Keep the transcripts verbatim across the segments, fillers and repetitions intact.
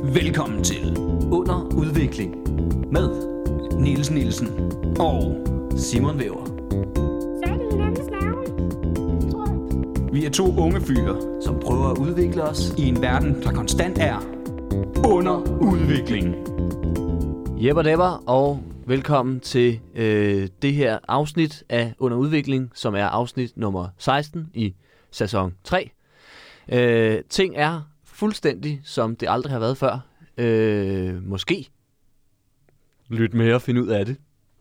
Velkommen til Under Udvikling med Niels Nielsen og Simon Væver. Så er det hinandens navn, tror jeg. vi er to unge fyre Som prøver at udvikle os i en verden, der konstant er under udvikling. Jepper Depper, og velkommen til øh, det her afsnit af Under Udvikling, som er afsnit nummer seksten i sæson tre. Øh, ting er fuldstændig, som det aldrig har været før. Øh, måske. Lyt med og finde ud af det.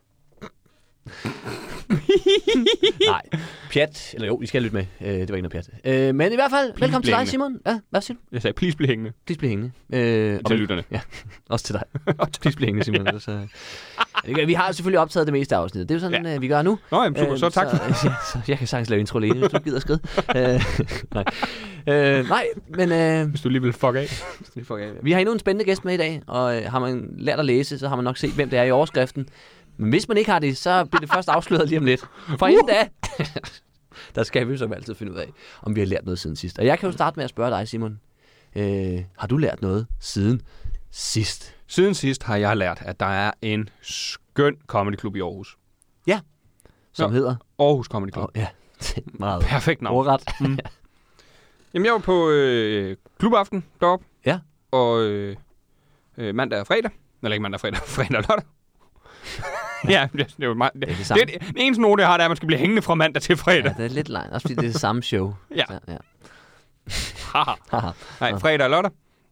Nej, pjat. Eller jo, vi skal lytte med. Øh, det var ikke noget pjat. Øh, men i hvert fald, Please velkommen til dig, hængende. Simon. Ja, hvad siger du? Jeg sagde, please bliv hængende. Please bliv hængende. Øh, Til lytterne. Ja, også til dig. Please bliv hængende, Simon. Så, vi har selvfølgelig optaget det meste af afsnittet. Det er jo sådan, ja. øh, vi gør nu. Nå, jamen, super. Så tak. Så, ja, så jeg kan sagtens lave intro alene, hvis du gider skride. øh, nej. Øh, nej, men... Øh, Hvis du lige vil fuck af. vi har endnu en spændende gæst med i dag, og øh, har man lært at læse, så har man nok set, hvem det er i overskriften. Men hvis man ikke har det, så bliver det først afsløret lige om lidt. For inden da, der skal vi jo som altid finde ud af, om vi har lært noget siden sidst. Og jeg kan jo starte med at spørge dig, Simon. Øh, har du lært noget siden sidst? Siden sidst har jeg lært, at der er en skøn comedyklub i Aarhus. Ja, som Nå. hedder... Aarhus Comedy Club. Oh, ja, det er meget Perfekt navn. ordret. Mm. Jamen, jeg var på øh, klubaften deroppe. Ja. Og øh, øh, mandag og fredag. Eller ikke mandag og fredag, fredag og lørdag. ja, det, det er jo meget... Det, Det er det det, samme. det, det eneste note, jeg har, det er, at man skal blive hængende fra mandag til fredag. Ja, det er lidt langt, også fordi det er det samme show. Ja. Så, ja. Haha. Haha. Nej, fredag og lørdag.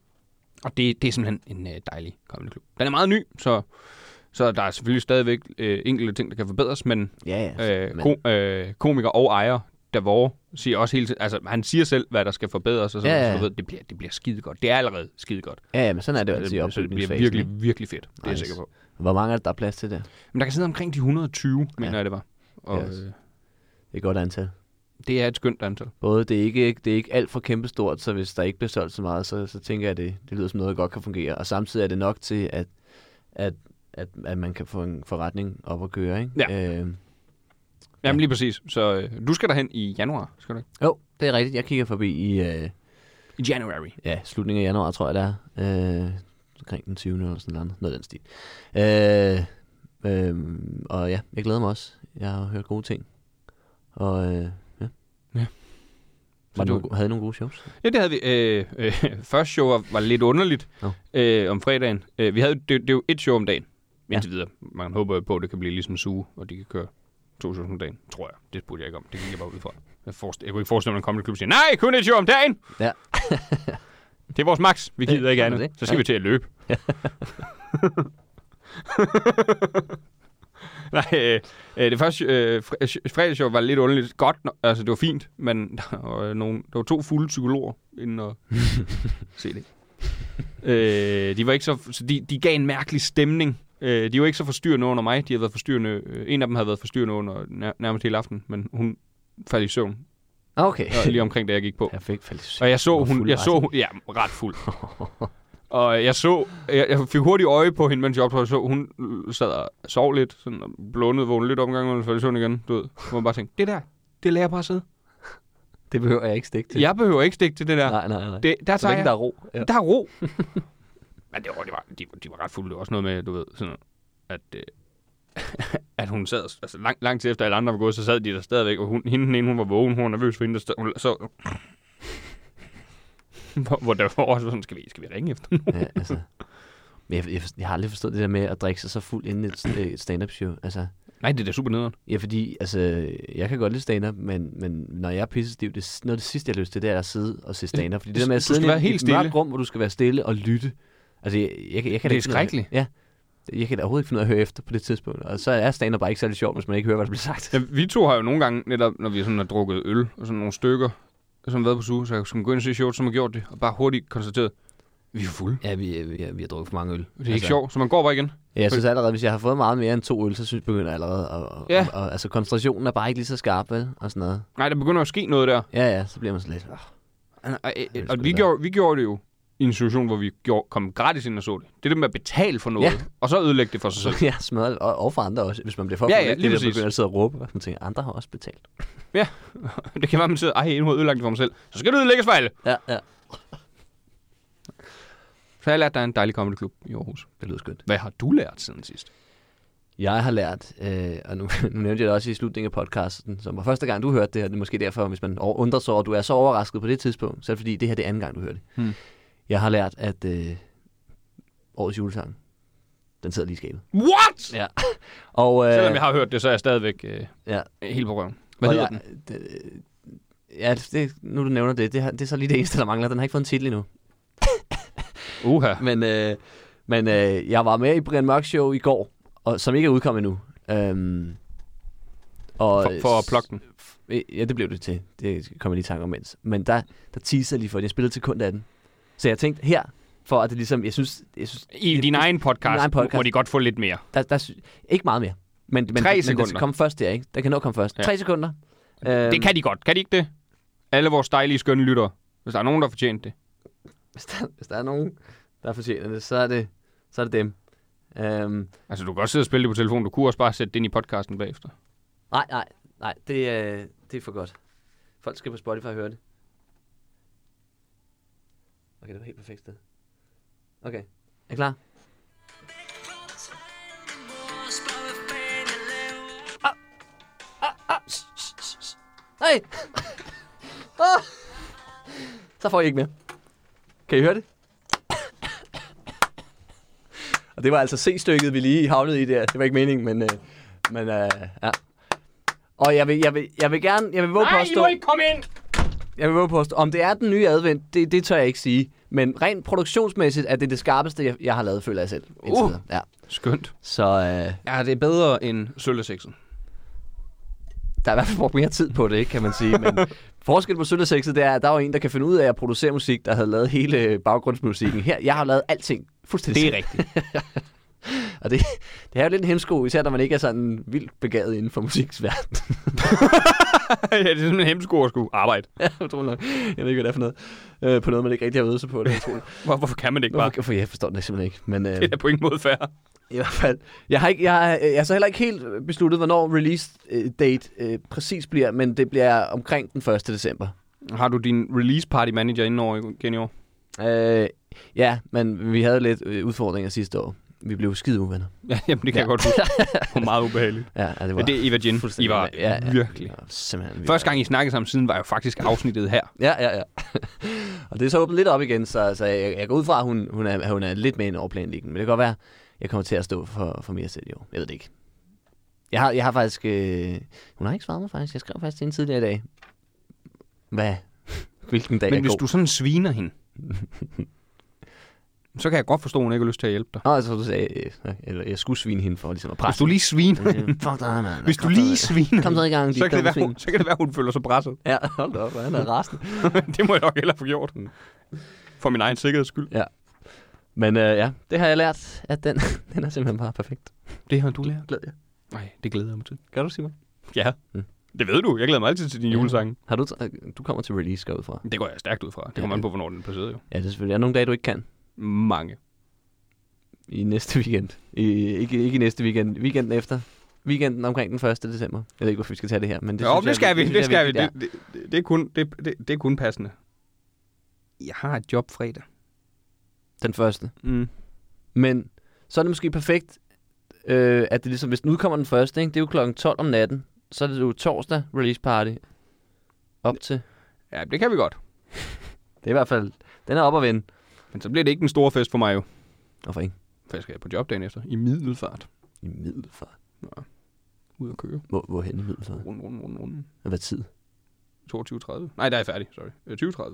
Og det, det er simpelthen en øh, dejlig comedyklub. Den er meget ny, så, så der er selvfølgelig stadigvæk øh, enkelte ting, der kan forbedres, men, Ja, ja. øh, men- ko, øh, komiker og ejer, Davor, siger også hele tiden, altså han siger selv, hvad der skal forbedres, og så, Ja, ja. så du ved, det bliver, det bliver skide godt. Det er allerede skide godt. Ja, ja, men sådan er det jo altid i så det bliver opbygningsfasen, virkelig, ikke? virkelig fedt. Det er jeg Nice. sikker på. Hvor mange er der, der er plads til det? Men der kan sidde omkring de et hundrede og tyve, mener Ja. jeg det var. Og Yes. øh, Det er et godt antal. det er et skønt antal. Både, det er ikke, det er ikke alt for kæmpestort, så hvis der ikke bliver solgt så meget, så, så tænker jeg, at det, det lyder som noget, der godt kan fungere. Og samtidig er det nok til, at, at, at, at man kan få en forretning op at køre, ikke? Ja. Øh, Jamen lige præcis. Så øh, du skal derhen i januar, skal du ikke? jo, det er rigtigt. Jeg kigger forbi i øh, I January. ja, slutningen af januar, tror jeg, det er. Øh, omkring den tyvende eller sådan noget, noget af den stil. Øh, øh, og ja, jeg glæder mig også. Jeg har hørt gode ting. Og øh, ja. Ja. Var Så det du- nogle, havde I nogle gode shows? Ja, det havde vi. Øh, øh, første show var, var lidt underligt Nå. øh, om fredagen. Øh, vi havde, det, det er jo et show om dagen, indtil videre. Man håber jo på, at det kan blive ligesom Suge, og de kan køre to shows om dagen, tror jeg. Det spurgte jeg ikke om. Det gik jeg bare ud fra. Jeg, forst- jeg kunne ikke forestille mig, at en comedy klub siger, nej, kun et show om dagen! Ja. Det er vores max. Vi gider ikke sådan er andet. det. Så skal Ja. vi til at løbe. Nej, øh, øh, det første øh, fre- fredagsshow var lidt underligt. Godt, no- altså det var fint, men der var, nogle, der var to fulde psykologer inden og se det. øh, de var ikke så, så de, de gav en mærkelig stemning. Øh, de var ikke så forstyrrende under mig. De havde været forstyrrende. Øh, en af dem havde været forstyrrende under nær, nærmest hele aften, men hun faldt i søvn Okay. øh, lige omkring da jeg gik på. Perfekt. Faldt. Og jeg så Hvor hun, fuld jeg var så de? hun, ja, ret fuld. Og jeg så, jeg, jeg fik hurtigt øje på hende, mens jeg optrådte, så hun sad og sov lidt, sådan og blundede, vågnede lidt omgang, og faldt i søvn igen, du ved. Og man bare tænkte, det der, det lader jeg bare at sidde. Det behøver jeg ikke stikke til. Jeg behøver ikke stikke til det der. Nej, nej, nej. Det, der Så tager længe jeg, der er ro. Ja. der er ro. Men det var, det var, de, de var ret fulde. Det var også noget med, du ved, sådan at, øh, at hun sad, altså lang, lang tid efter alle andre var gået, så sad de der stadigvæk, og hun, hende den ene, hun var vågen, hun var nervøs for hende, der stod, hun, så... hvor, hvor der var også sådan, skal vi, skal vi ringe efter nogen? Ja, altså. Men jeg, jeg, jeg har aldrig forstået det der med at drikke sig så fuld inden et, et stand-up show. Altså, Nej, det er da super nederen. ja, fordi, altså, jeg kan godt lide stand-up, men, men når jeg er pissestiv, det, noget af det sidste, jeg har lyst til, det er at sidde og se stand-up. Fordi det der med at Du sidde skal i være et, helt et stille. mørkt rum, hvor du skal være stille og lytte. Altså, jeg, jeg, jeg, jeg kan da Det er ikke finde ud af- skrækkeligt. Ja. Jeg kan da overhovedet ikke finde ud af at høre efter på det tidspunkt. Og så er stand-up bare ikke særlig sjovt, hvis man ikke hører, hvad der bliver sagt. Ja, vi to har jo nogle gange, netop når vi sådan har drukket øl og sådan nogle stykker, som har været på suge, så jeg skulle gå ind og se showet, som har gjort det, og bare hurtigt konstateret, vi er fulde. Ja, vi, vi, vi har drukket for mange øl. Det er altså ikke sjovt, så man går bare igen. Ja, jeg synes allerede, hvis jeg har fået meget mere end to øl, så synes jeg begynder jeg allerede. Og, og, Ja. og, og, altså, koncentrationen er bare ikke lige så skarp, vel? Og sådan noget. Nej, der begynder at ske noget der. Ja, ja, så bliver man så lidt... Oh. Og, og, det og sgu vi, da. gjorde, vi gjorde det jo i en situation, hvor vi gjorde, kom gratis ind og så det. Det er det med at betale for noget, Ja. og så ødelægge det for sig selv. Ja, smadret, og, og for andre også, hvis man bliver for Ja, ja, formægtig, lige og præcis. begynder at sidde og råbe, og man tænker, andre har også betalt. Det kan være, at man sidder, ej, nu har jeg ødelagt det for mig selv. Så skal det ødelægges for alle. Ja, ja. Så jeg har lært dig en dejlig comedy klub i Aarhus. Det lyder skønt. Hvad har du lært siden sidst? Jeg har lært, øh, og nu, nu nævnte jeg det også i slutningen af podcasten, som var første gang, du hørte det, og det er måske derfor, hvis man undrer sig over, at du er så overrasket på det tidspunkt, så er det fordi, det her det er anden gang, du hører det. Hmm. Jeg har lært, at øh, årets julesang, den sidder lige i skabet. What?! Ja. Og, øh, Selvom jeg har hørt det, så er jeg stadigvæk øh, ja. helt på røven. Hvad hedder jeg, den? Det, ja, det, nu du nævner det, det, har, det er så lige det eneste, der mangler. Den har ikke fået en titel endnu. Uha. Men, øh, men øh, jeg var med i Brian Mørk Show i går, og, som ikke er udkommet endnu. Øhm, og, For, for at plukke den? Ja, det blev det til. Det kommer jeg lige i tanke om mens. Men der, der teaser lige for det. Jeg spillede til kun af den. Så jeg tænkte her, for at det ligesom, jeg synes... Jeg synes I din egen podcast, egen podcast må de godt få lidt mere. Der, der, ikke meget mere. Men, men, Tre men sekunder. den skal komme først der, ikke? Den kan nå komme først. Ja. Tre sekunder. Det øhm, kan de godt. Kan de ikke det? Alle vores dejlige, skønne lyttere. Hvis der er nogen, der fortjener det. Hvis der, hvis der er nogen, der fortjener det, så er det, så er det dem. Um, altså, du kan også sidde og spille det på telefonen. Du kunne også bare sætte det ind i podcasten bagefter. Nej, nej, nej. Det, øh, det er for godt. Folk skal på Spotify høre det. Okay, det var helt perfekt sted. Okay, er I klar? Ah! Ah! Ah! Nej! Ah! Så får I ikke mere. Kan I høre det? Og det var altså C-stykket, vi lige havnede i der. Det var ikke meningen, men... Øh, men øh, ja. Og jeg vil, jeg vil, jeg vil gerne... Jeg vil våge Nej, påstå... I må ikke komme ind! Jeg vil våge påstå... Om det er den nye advent, det, det tør jeg ikke sige. Men rent produktionsmæssigt er det det skarpeste, jeg, jeg har lavet, føler jeg selv. Uh, ja. Skønt. Så øh, ja, det er bedre end Sølvesexen. Der er i hvert fald brugt mere tid på det, ikke, kan man sige. Men forskel på Sølvesexet, det er, at der var en, der kan finde ud af at producere musik, der havde lavet hele baggrundsmusikken. Her, jeg har lavet alting fuldstændig. Det er rigtigt. Og det, det er jo lidt en hemsko, især når man ikke er sådan vildt begavet inden for musiksverden. Ja, det er sådan en hemsko at skulle arbejde. Ja, utrolig nok. Jeg ved ikke, hvad det er for noget. Øh, på noget, man ikke rigtig har øvet sig på. Det er Hvor, hvorfor kan man det ikke bare? Hvorfor, for jeg forstår det simpelthen ikke. Men, øh, det er på ingen måde fair. I hvert fald. Jeg har, ikke, jeg, har, jeg har så heller ikke helt besluttet, hvornår release date øh, præcis bliver, men det bliver omkring den første december. Har du din release party manager inden over igen i år? Øh, ja, men vi havde lidt øh, udfordringer sidste år. Vi blev skide uvenner. Ja, jamen, det kan ja. jeg godt huske. Det var meget ubehageligt. Ja, ja, det var... Men det er Eva Jin. I var ja, ja, virkelig. Ja, simpelthen. Første gang, I snakkede sammen siden, var jo faktisk afsnittet her. Ja, ja, ja. Og det er så åbent lidt op igen, så, så jeg, jeg går ud fra, at hun, hun, er, hun er lidt med i en overplanlægning. Men det kan godt være, jeg kommer til at stå for, for mere selv i år. Jeg ved det ikke. Jeg har, jeg har faktisk... Øh... Hun har ikke svaret mig faktisk. Jeg skrev faktisk til hende tidligere i dag. Hvad? Hvilken dag Men jeg hvis går? du sådan sviner hende, så kan jeg godt forstå, at hun ikke har lyst til at hjælpe dig. Nå, altså du sagde, øh, eller jeg skulle svine hende for ligesom at presse. Hvis du lige sviner hende. Fuck dig, mand. Hvis du lige sviner Kom så i gang, så kan, det være, hun, så kan det være, hun føler sig presset. Ja, hold da op, han er rasende. Det må jeg nok hellere få gjort. For min egen sikkerheds skyld. Ja. Men øh, ja, det har jeg lært, at den, den er simpelthen bare perfekt. Det har du lært? Glæder jeg. Nej, det glæder jeg mig til. Gør du, Simon? Ja, mm. Det ved du. Jeg glæder mig altid til dine ja. julesange. Har du, du kommer til release, går ud fra? Det går jeg stærkt ud fra. Det kommer ja. an på, hvornår den er placeret jo. Ja, det er selvfølgelig. Er nogle dage, du ikke kan? Mange. I næste weekend. I, ikke, ikke i næste weekend. Weekenden efter. Weekenden omkring den første december. Jeg ved ikke, hvorfor vi skal tage det her. Men det jo, synes det jeg, skal vi. Det, det skal vi. Ja. Det, det, det, det, er kun, det, det, det er kun passende. Jeg har et job fredag. Den første. Mm. Men så er det måske perfekt, øh, at det ligesom, hvis den udkommer den første, ikke? Det er jo klokken tolv om natten. Så er det jo torsdag release party. Op til. Ja, det kan vi godt. Det er i hvert fald, den er op at vende. Men så bliver det ikke en stor fest for mig jo. Hvorfor ikke? For jeg skal på job dagen efter. I Middelfart. I Middelfart? Ja. Ud at køre. Hvor, hvorhen i Middelfart? Rundt, rundt, rundt, rundt. Hvad tid? toogtyve tredive. Nej, der er jeg færdig. Sorry. tyve tredive.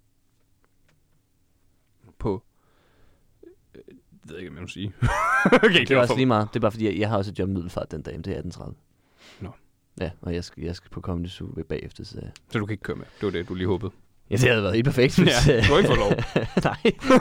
På... Jeg ved ikke, hvad jeg må sige. Okay, det er også lige meget. Det er bare fordi, jeg, jeg har også et job i Middelfart den dag, men det er atten tredive. Nå. Ja, og jeg skal, jeg skal på Comedy Zoo bagefter, så... Så du kan ikke køre med? Det var det, du lige håbede? Ja, det havde været helt perfekt, hvis... Ja, du har ikke fået lov. Nej.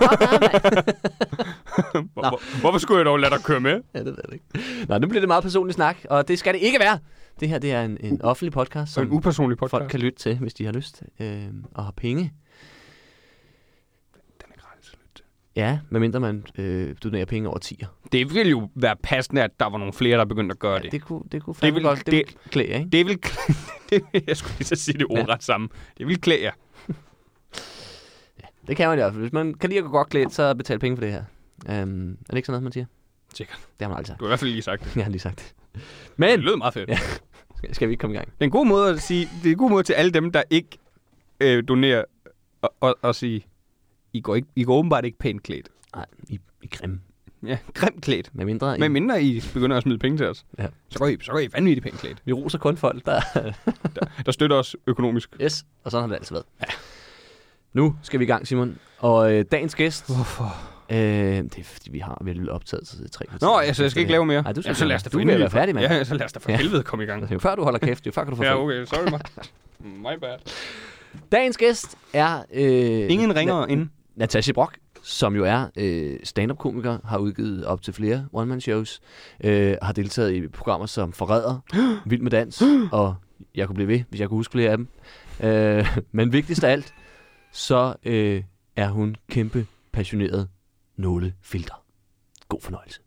Hvor, hvor, hvorfor skulle jeg dog lade dig køre med? Ja, det ved jeg ikke. Nå, nu bliver det meget personlig snak, og det skal det ikke være. Det her, det er en, en offentlig podcast, som en upersonlig podcast. Folk kan lytte til, hvis de har lyst øh, og har penge. Den er gratis at lytte til. Ja, medmindre man øh, donerer penge over tier. Det ville jo være passende, at der var nogle flere, der begyndte at gøre ja, det. det kunne, det kunne det vil, godt, det, det vil klæde, ikke? Det vil klæde, jeg skulle lige så sige det ordret ja. sammen. Det vil klæde jer. Ja, Det kan man i hvert fald. Hvis man kan lide at gå godt klædt, så betal penge for det her. Um, er det ikke sådan noget, man siger? Sikkert. Det har man aldrig sagt. Du har i hvert fald lige sagt det. Jeg har lige sagt det. Men... Det lød meget fedt. Ja. Skal, skal vi ikke komme i gang? Det er en god måde at sige, det er en god måde til alle dem, der ikke øh, donerer, og, og, og sige, I går, ikke, I går åbenbart ikke pænt klædt. Nej, i, i grim. Ja, grimt klædt. Med mindre, Med I, mindre I begynder at smide penge til os. Ja. Så går I, så går I vanvittigt pænt klædt. vi roser kun folk, der... Der, der støtter os økonomisk. Yes, og sådan har det altid været. Ja. Nu skal vi i gang, Simon. Og øh, dagens gæst... Hvorfor? Øh, det er fordi, vi har vel optaget til tre kvarter. Nå, altså, jeg skal ikke lave mere. Nej, du skal ja, så lad os da du for vil være færdig, mand. Ja, så lad os da for Ja. helvede komme i gang. Altså, jo før du holder kæft, jo før kan du få Ja, fri. okay. Sorry, man. My bad. Dagens gæst er... Øh, Ingen ringer ind. Natasha Brock, som jo er øh, stand-up-komiker, har udgivet op til flere one-man-shows, øh, har deltaget i programmer som Forræder, Vild med Dans, og jeg kunne blive ved, hvis jeg kunne huske flere af dem. Øh, men vigtigst af alt, så øh, er hun kæmpe passioneret nålefilter. God fornøjelse.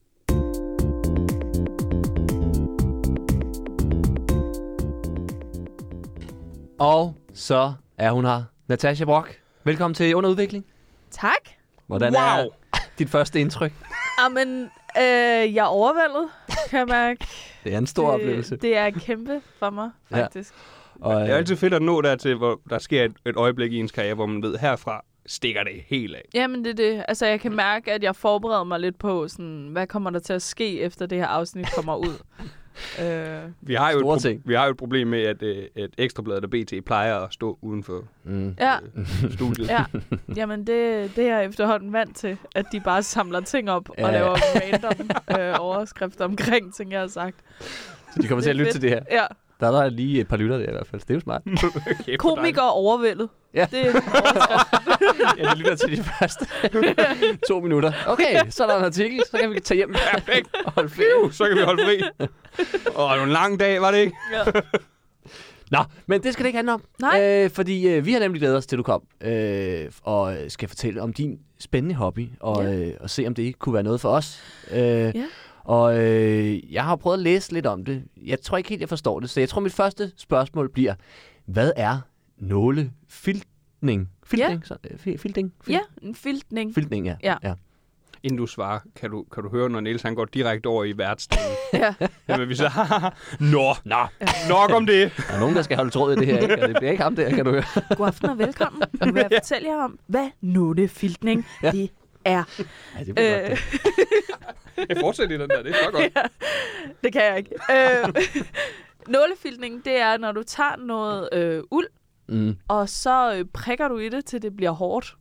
Og så er hun her, Natasha Brock. Velkommen til Under Udvikling. Tak. Hvordan Wow. er dit første indtryk? Jamen, øh, jeg er overvældet, kan jeg mærke. Det er en stor oplevelse. Det, det er kæmpe for mig, faktisk. Og, Det er altid fedt at nå dertil, hvor der sker et, et øjeblik i ens karriere, hvor man ved, herfra stikker det helt af. Jamen, det er det. Altså, jeg kan mærke, at jeg forbereder mig lidt på, sådan, hvad kommer der til at ske, efter det her afsnit kommer ud. øh, Vi har, jo et Store pro- ting. vi har jo et problem med, at øh, et Ekstrabladet og B T plejer at stå uden for mm. ja, øh, studiet. ja. Jamen, det, det er jeg efterhånden vant til, at de bare samler ting op Ja. og laver random øh, overskrifter omkring ting, jeg har sagt. Så de kommer til at Det er lytte til det her. Ja. Der er der lige et par lytter der i hvert fald. Det er jo smart. Okay, Komiker overvældet. Ja. Det er overskriften. Ja, de lytter til de første to minutter. Okay, så er der en artikel. Så kan vi tage hjem Perfekt. og holde ferie. Så kan vi holde fri. Åh, det var en lang dag, var det ikke? Ja. Nå, men det skal det ikke handle om. Nej. Øh, fordi øh, vi har nemlig glædet os til, du kom. Øh, og skal fortælle om din spændende hobby. Og, Ja. øh, og se, om det ikke kunne være noget for os. Øh, Ja. Og øh, jeg har prøvet at læse lidt om det. Jeg tror ikke helt, jeg forstår det. Så jeg tror, mit første spørgsmål bliver, hvad er nålefiltning? Filtning? Så, øh, fi- filtning? Fil- Ja, en filtning. Filtning, ja. Ja. ja. Inden du svarer, kan du, kan du høre, når Niels han går direkte over i værtsdagen. Ja. Jamen, vi så, nå, nå, nok om det. Der er nogen, der skal holde tråd i det her, ikke? Og det bliver ikke ham der, kan du høre. God aften og velkommen. Nu vil jeg fortælle jer om, hvad nålefiltning Ja. det er. Ja, det bliver Øh, godt, det. Jeg fortsætter i den der, det er så godt. ja, det kan jeg ikke. Øh, nålefiltning, det er, når du tager noget øh, uld, Mm. og så øh, prikker du i det, til det bliver hårdt.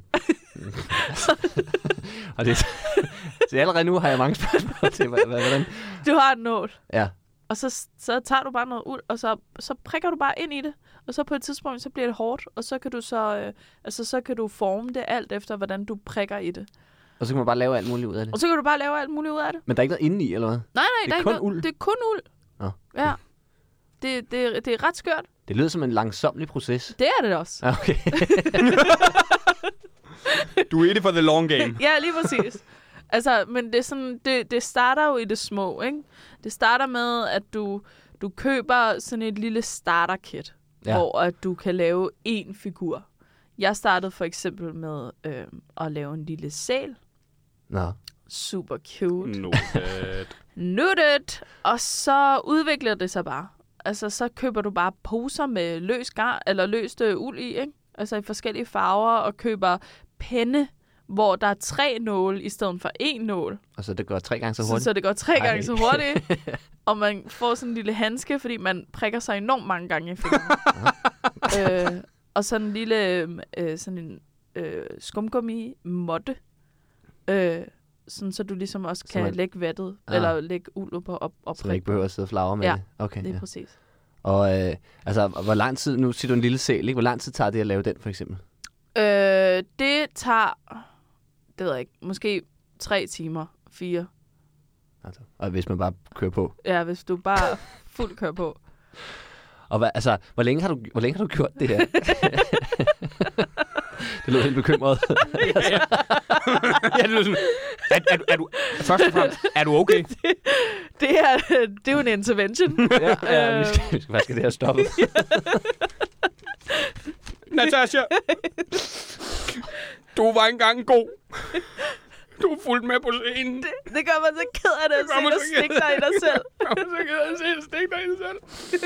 Og det, så allerede nu har jeg mange spørgsmål til, hvad- hvad- hvordan... Du har en nål, Ja. og så, så tager du bare noget uld, og så, så prikker du bare ind i det. Og så på et tidspunkt, så bliver det hårdt, og så kan du så, øh, altså, så kan du forme det alt efter, hvordan du prikker i det. Og så kan man bare lave alt muligt ud af det. Og så kan du bare lave alt muligt ud af det. Men der er ikke noget inde i, eller hvad? Nej, nej, Det er der er kun ikke noget. uld? Det er kun uld. Nå. Ja. Det, det, det er ret skørt. Det lyder som en langsomlig proces. Det er det også. Ja, okay. Du er i det for the long game. Ja, lige præcis. Altså, men det, er sådan, det, det starter jo i det små, ikke? Det starter med, at du, du køber sådan et lille starter-kit, Ja. ja. hvor at du kan lave én figur. Jeg startede for eksempel med øh, at lave en lille sæl. Nå. Super cute. No, bad. Nuttet! Og så udvikler det sig bare. Altså, så køber du bare poser med løs gar, eller løst øh, uld i, ikke? Altså i forskellige farver, og køber penne, hvor der er tre nåle i stedet for én nål. Og så det går tre gange så Så, hurtigt. så det går tre Ej. gange så hurtigt. Og man får sådan en lille handske, fordi man prikker sig enormt mange gange i fingrene. øh, og sådan en lille øh, sådan en øh, skumgummi måtte. Øh, sådan så du ligesom også Så kan man- lægge vattet, Ah. eller lægge uld på op og Så man ikke behøver at sidde og flagre med Ja, det. Okay, Det er ja. præcis. Og øh, altså, hvor lang tid, nu siger du en lille sæl, ikke? Hvor lang tid tager det at lave den, for eksempel? Øh, det tager, det ved jeg ikke, måske tre timer, fire. Altså, og hvis man bare kører på. Ja, hvis du bare fuld kører på. Og hvad, altså, hvor længe har du, hvor længe har du gjort det her? Det lød helt bekymret. ja, ja. ja, det er sådan, er, er, du- er du, først og fremmest, er du okay? Det er, det er jo en intervention. ja, ja, vi skal, vi skal faktisk have det her stoppet. Natasha, du var engang god. Du er fuldt med på scenen. Det, det gør man så ked af det, at se dig stikke dig i dig selv. Det gør man så ked af at se dig stikke dig i dig selv.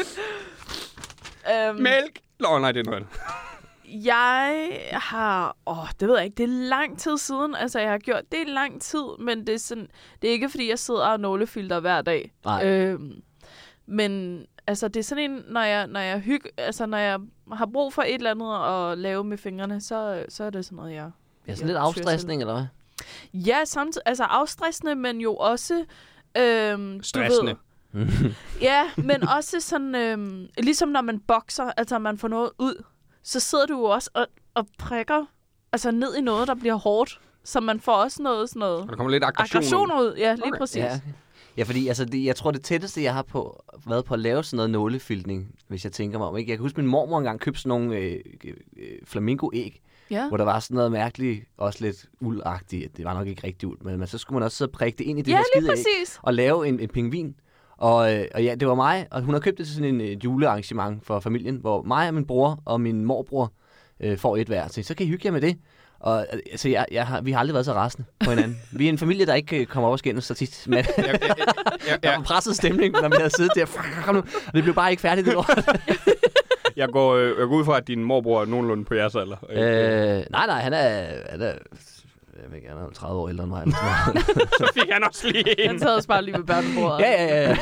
Um, Mælk. Nå, nej, det er noget andet. Jeg har... Åh, det ved jeg ikke. Det er lang tid siden. Altså, jeg har gjort det i lang tid, men det er, sådan, det er ikke, fordi jeg sidder og nålefilter hver dag. Nej. Øhm, men altså, det er sådan en, når jeg, når jeg hygge, altså, når jeg har brug for et eller andet at lave med fingrene, så, så er det sådan noget, jeg... Ja, sådan lidt afstressning, eller hvad? Ja, samtidig, altså afstressende, men jo også... Øhm, Stressende. Du ved, ja, men også sådan... Øhm, ligesom når man bokser, altså man får noget ud, så sidder du jo også og, og prikker altså ned i noget, der bliver hårdt. Så man får også noget sådan noget... Og der kommer lidt aggression, aggression ud. Ja, lige Okay. præcis. Ja, ja, fordi altså, det, jeg tror, det tætteste, jeg har på, været på at lave sådan noget nålefiltning, hvis jeg tænker mig om. Ikke? Jeg kan huske, min mormor engang købte sådan nogle øh, øh, flamingo-æg, Ja. hvor der var sådan noget mærkeligt, også lidt uldagtigt. Det var nok ikke rigtig uld, men, men så skulle man også sidde og prikke det ind i det Ja, her lige skide æg, præcis. og lave en, en pingvin. Og, øh, og ja, det var mig, og hun har købt det til sådan en øh, julearrangement for familien, hvor mig og min bror og min morbror øh, får et hver. Så, så kan I hygge jer med det. Og øh, altså, jeg, jeg har, vi har aldrig været så rasende på hinanden. Vi er en familie, der ikke øh, kommer over og skændes så tit. Men Ja, ja, ja, der ja. var presset stemning, når vi havde siddet der. Kom nu. Og det blev bare ikke færdigt det år. Jeg går, øh, jeg går ud fra, at din morbror er nogenlunde på jeres alder. øh, nej, nej, han er... Han er jeg ved ikke, han er tredive år ældre end mig. Eller sådan noget. Så fik han også lige en. Han sad også bare lige ved børnebordet. ja, ja, ja.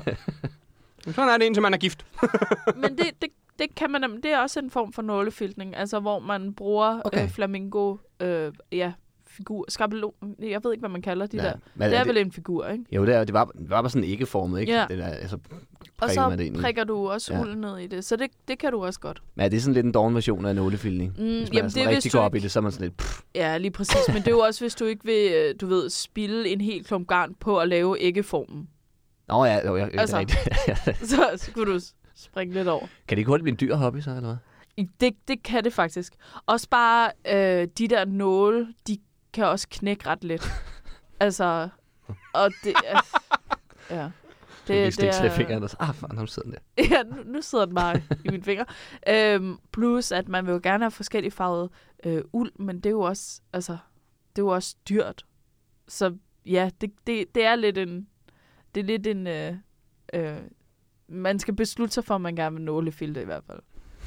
Sådan er det, indtil man er gift. Men det, det, det kan man nem- det er også en form for nålefiltning, altså hvor man bruger Okay. øh, flamingo, øh, ja, figur, skabelon, jeg ved ikke, hvad man kalder de Ja, der. men Det er det- vel en figur, ikke? Jo, det, er, det, var, det var bare sådan æggeformet, ikke? Ja. Det der, altså, Og prikker man det ind så i. prikker du også Ja. ulden ned i det, så det, det kan du også godt. Men det er sådan lidt en doven version af nålefilning. Mm, Hvis man jamen, er det sådan er, rigtig hvis går du op i ikke, det, så er man sådan lidt... Pff, ja, lige præcis, men det er jo også, hvis du ikke vil, øh, du ved, spilde en hel klump garn på at lave æggeformen. Nå ja, jo, jeg, Altså. altså. rigtigt. Så skulle du s- springe lidt over. Kan det ikke hurtigt blive en dyr hobby, så, eller hvad? I- Det, det kan det faktisk. Også bare øh, de der nåle, de kan også knække ret let. Altså, og det er... Ja. Det, det stikker sig i fingeren, og så, ah, fan, ham sidder der. Ja, nu, nu sidder den bare i mine fingre. Øhm, plus, at man vil jo gerne have forskellige farvede øh, uld, men det er jo også, altså, det er jo også dyrt. Så ja, det, det, det er lidt en... Det er lidt en... Øh, øh, man skal beslutte sig for, at man gerne vil nålefilte i hvert fald.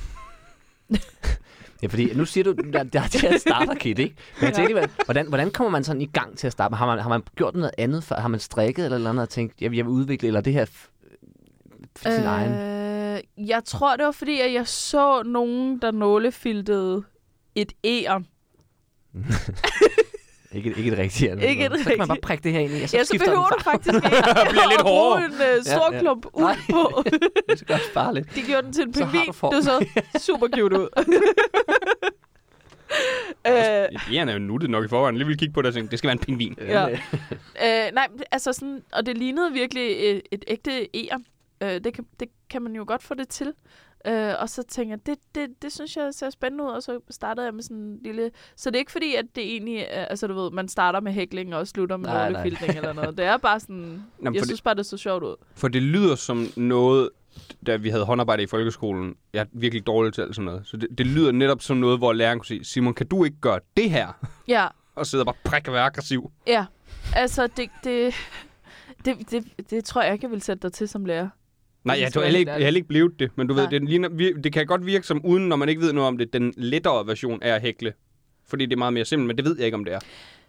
Ja, fordi nu siger du, der, der er det her starter-kit, ikke? Men jeg tænker, lige, hvordan, hvordan kommer man sådan i gang til at starte? Har man, har man gjort noget andet før? Har man strikket eller noget andet og tænkt, jeg, jeg vil udvikle, eller det her f- f- sin øh... egen? Jeg tror, det var fordi, at jeg så nogen, der nålefiltede et æren. Ikke, ikke et rigtigt andet. Ikke et Så kan man bare rigtigt. prikke det her ind i, og så Ja, så skifter behøver den du farve. faktisk ikke Bliver lidt at bruge hårdere. en uh, stor Ja, ja, ja. klump uld Nej. på. Det skal også bare lidt. De gjorde den til en Så har pingvin. du form. Det så super cute ud. øh, Jern er jo nuttet nok i forvejen. Jeg lige vil kigge på det og tænke, det skal være en pingvin. Ja. øh, nej, altså sådan, og det lignede virkelig et, et ægte æren. Øh, det, kan, det kan man jo godt få det til. Øh, og så tænker jeg, det, det, det synes jeg ser spændende ud, og så startede jeg med sådan en lille... Så det er ikke fordi, at det egentlig er, altså du ved, man starter med hækling og slutter med Nej, nålefiltning eller noget. Det er bare sådan, Nå, jeg for synes bare, det så sjovt ud. For det lyder som noget, da vi havde håndarbejde i folkeskolen. Jeg er virkelig dårlig til alt sådan noget. Så det, det lyder netop som noget, hvor læreren kunne sige, Simon, kan du ikke gøre det her? Ja, Og sidde og bare prikke og være aggressiv. ja. Altså, det, det, det, det, det tror jeg ikke, jeg vil sætte dig til som lærer. Nej, Det jeg skal tror være heller helt ikke, jeg ærligt. heller ikke blevet det. Men du Nej. ved, det, ligner, vir- det kan godt virke som, uden når man ikke ved noget om det, den lettere version er at hækle. Fordi det er meget mere simpelt, men det ved jeg ikke, om det er.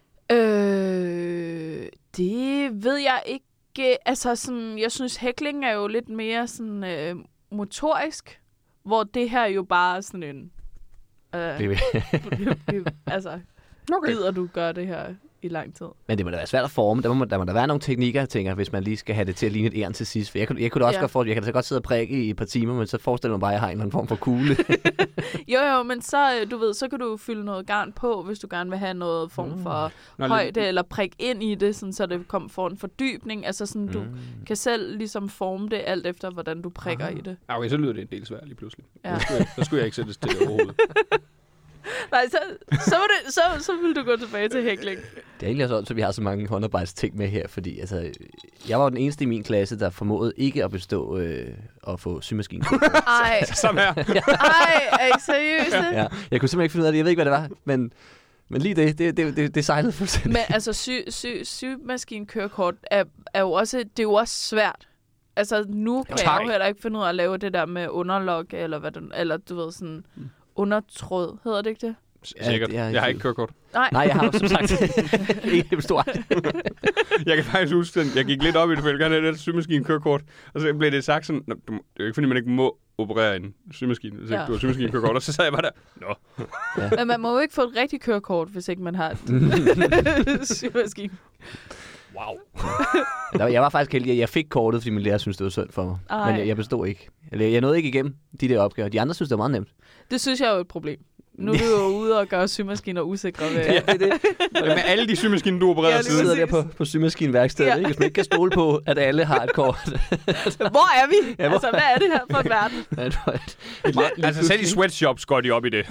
Øh, det ved jeg ikke. Altså, sådan, jeg synes, hækling er jo lidt mere sådan øh, motorisk, hvor det her jo bare er sådan en... Øh, Det- altså, Okay. gider du gøre det her i lang tid? Men det må da være svært at forme. Der må, der må der være nogle teknikker, jeg tænker, hvis man lige skal have det til at ligne et æren til sidst. For jeg kunne, jeg kunne da også Ja. godt forestille, jeg kan da så godt sidde og prikke i et par timer, men så forestiller man bare, at jeg har en eller anden form for kugle. Jo, jo, men så, øh, du ved, så kan du fylde noget garn på, hvis du gerne vil have noget form for Nå, højde, eller prik ind i det, sådan, så det kommer for en fordybning. Altså sådan, du Mm. kan selv ligesom forme det alt efter, hvordan du prikker Ah. i det. Ah, okay, så lyder det en del svært lige pludselig. Ja. Så, skulle jeg, så skulle jeg ikke sættes til det overhovedet. Nej, så, så, var det, så, så vil du gå tilbage til hækling. Det er egentlig også sådan, at vi har så mange håndarbejdsting med her, fordi altså, jeg var den eneste i min klasse, der formåede ikke at bestå øh, og få symaskinen. Ej, Samme her. ej, er I seriøse? Ja, jeg kunne simpelthen ikke finde ud af det. Jeg ved ikke, hvad det var, men, men lige det, det, det, det, det sejlede fuldstændig. Men altså, sy, sy, symaskinkørekort er, er jo også, det er jo også svært. Altså, nu kan tak. jeg jo heller ikke finde ud af at lave det der med underlog, eller hvad det, eller du ved, sådan undertråd, hedder det ikke det? Sikkert. Ja, Jeg har ikke kørekort. Nej. Nej, jeg har jo som sagt ikke stort. Jeg kan faktisk huske, at jeg gik lidt op i det, for jeg gerne have det symaskine kørekort. Og så blev det sagt sådan, "Nå, du, må- det er jo ikke fordi, man ikke må operere en symaskine, hvis ikke Ja. du har symaskine kørekort. Og så sad jeg bare der, nå. Men man må jo ikke få et rigtigt kørekort, hvis ikke man har et symaskine. Wow. Nå, jeg var faktisk heldig, at jeg fik kortet, fordi min lærer synes det var synd for mig. Ej. Men jeg, jeg bestod ikke. Eller jeg nåede ikke igennem de der opgaver. De andre synes, det var meget nemt. Det synes jeg er jo et problem. Nu er du jo ude og gøre symaskiner usikre ved. Ja, det er det. Med alle de symaskiner, du opererede Ja, Jeg lige siden. sidder der præcis. på, på symaskinværkstedet, Ja. ikke? Hvis man ikke kan stole på, at alle har et kort. Hvor er vi? Ja, hvor- Altså, hvad er det her for en verden? Ja, det var et- et let- lige Altså selv i pludselig. sweatshops går de op i det.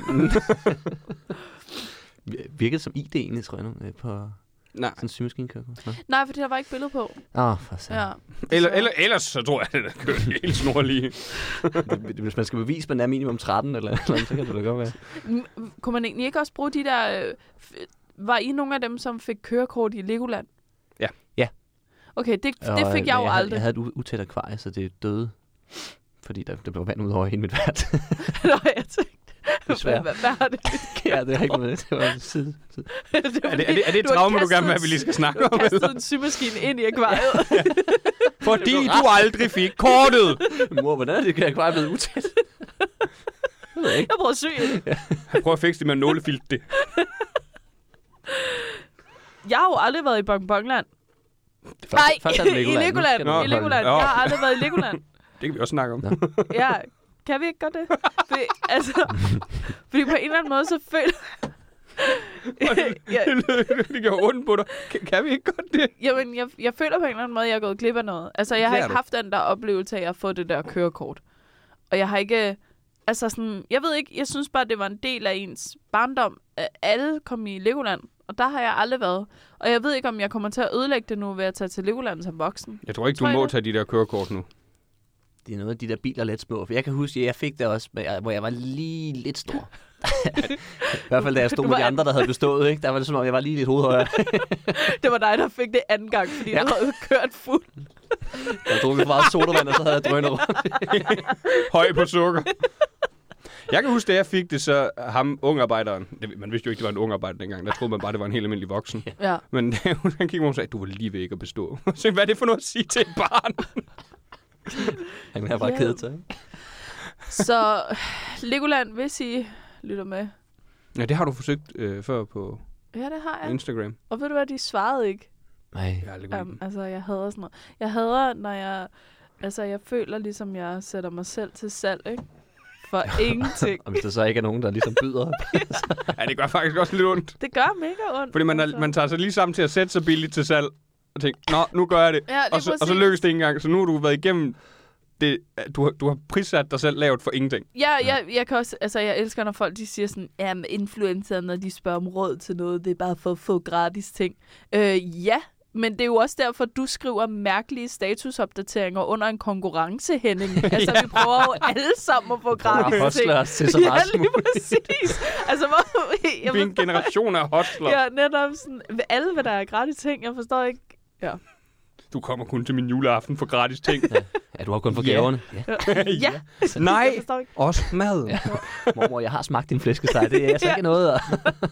Virkede som I D egentlig, tror jeg nu, øh, på Nej. sådan en symaskinkørekort. Nå, Nej, for der var ikke billede på. oh, for satan. Ja. Eller, Så- eller, ellers så tror jeg, at det kører helt snorlige. Hvis man skal bevise, at man er minimum tretten, eller noget, så kan det da godt være. M- Kunne man egentlig ikke også bruge de der... Øh, f- var I nogle af dem, som fik kørekort i Legoland? Ja. Ja. Okay, det, det Og, fik øh, jeg jo jeg havde, aldrig. Jeg havde et u- utæt akvarie, så det døde. Fordi der, der blev vand ud over hele mit vand. Nå, jeg tænkte, Desværre. hvad, hvad har det? Ja, det er ikke noget. Det var en side. side. det Er det, er det, er det et Du har traume, du kastet gerne vil have, en- vi lige skal snakke Du om? har kastet Eller? en symaskine ind i akvariet. Fordi du aldrig fik kortet. Mor, hvordan er det akvarie blevet utæt? Jeg ved ikke. Jeg prøver at sy ind. Jeg prøver at fikse det med nålefilt det. Jeg har jo aldrig været i Bonbonland. Først, Nej, først er det i Legoland. Nu Legoland. skal du I holde- Legoland. Nå. Jeg har aldrig været i Legoland. Det kan vi også snakke om. Ja, kan vi ikke godt det? Fordi, altså, fordi på en eller anden måde, så føler... ja, Det gør ondt på dig. Kan, kan vi ikke godt det? jamen, jeg, jeg føler på en eller anden måde, at jeg er gået glip af noget. Altså, jeg har Det er ikke du. haft den der oplevelse af at få det der kørekort. Og jeg har ikke... Altså sådan, jeg ved ikke, jeg synes bare, det var en del af ens barndom. At alle kom i Legoland, og der har jeg aldrig været. Og jeg ved ikke, om jeg kommer til at ødelægge det nu ved at tage til Legoland som voksen. Jeg tror ikke, du Tror I må det? tage de der kørekort nu. Det er noget af de der biler lidt små. For jeg kan huske, at jeg fik det også, men jeg- hvor jeg var lige lidt stor. I hvert fald, da jeg stod Du med var de andre, der havde bestået, ikke? Der var det som om, jeg var lige lidt hovedhøjere. Det var dig, der fik det anden gang, fordi Ja. ja. du havde kørt fuld. Jeg havde drukket for meget sodavand, og så havde jeg drønet rundt. Høj på sukker. Jeg kan huske, da jeg fik det, så ham ungarbejderen, det, man vidste jo ikke, det var en ungarbejderen dengang, der troede man bare, det var en helt almindelig voksen. Ja. Men han kiggede mig og sagde, du var lige ved ikke at bestå. Så hvad er det for noget at sige til et barn? Han er bare Ja. kedet sig, ikke? Så Legoland, hvis I lytter med. Ja, det har du forsøgt øh, før på Ja, det har jeg. Instagram. Og ved du hvad, de svarede ikke. Nej. Jeg har aldrig Um, altså, jeg hader sådan noget. Jeg hader, når jeg... Altså, jeg føler ligesom, jeg sætter mig selv til salg, ikke? For ingenting. Og hvis der så ikke er nogen, der ligesom byder. Ja, det gør faktisk også lidt ondt. Det gør mega ondt. Fordi man, altså. er, man tager sig lige sammen til at sætte sig billigt til salg. Og tænke, nå, nu gør jeg det. Ja, det er og, så, og så præcis. lykkes det ikke engang. Så nu har du været igennem det. Du, har- du har prissat dig selv lavt for ingenting. Ja, jeg, jeg kan også... Altså, jeg elsker, når folk de siger sådan... Jamen, influencer, når de spørger om råd til noget, det er bare for at få gratis ting. Øh, ja, men det er jo også derfor, du skriver mærkelige statusopdateringer under en konkurrence, Henning. Altså, Ja. vi prøver jo alle sammen at få Og gratis ting. hostler os til så Ja, meget lige præcis. Altså, hvor... Jeg Vi er en forstår- generation af hostler. Ja, netop sådan... Alle, hvad der er gratis ting, jeg forstår ikke... Ja. Du kommer kun til min juleaften for gratis ting. Ja, du har kun for Ja. gaverne. Ja. Ja, Nej, jeg forstår ikke. også mad. Ja. Mormor, jeg har smagt din flæskesteg. Det er altså Ja. ikke noget. At...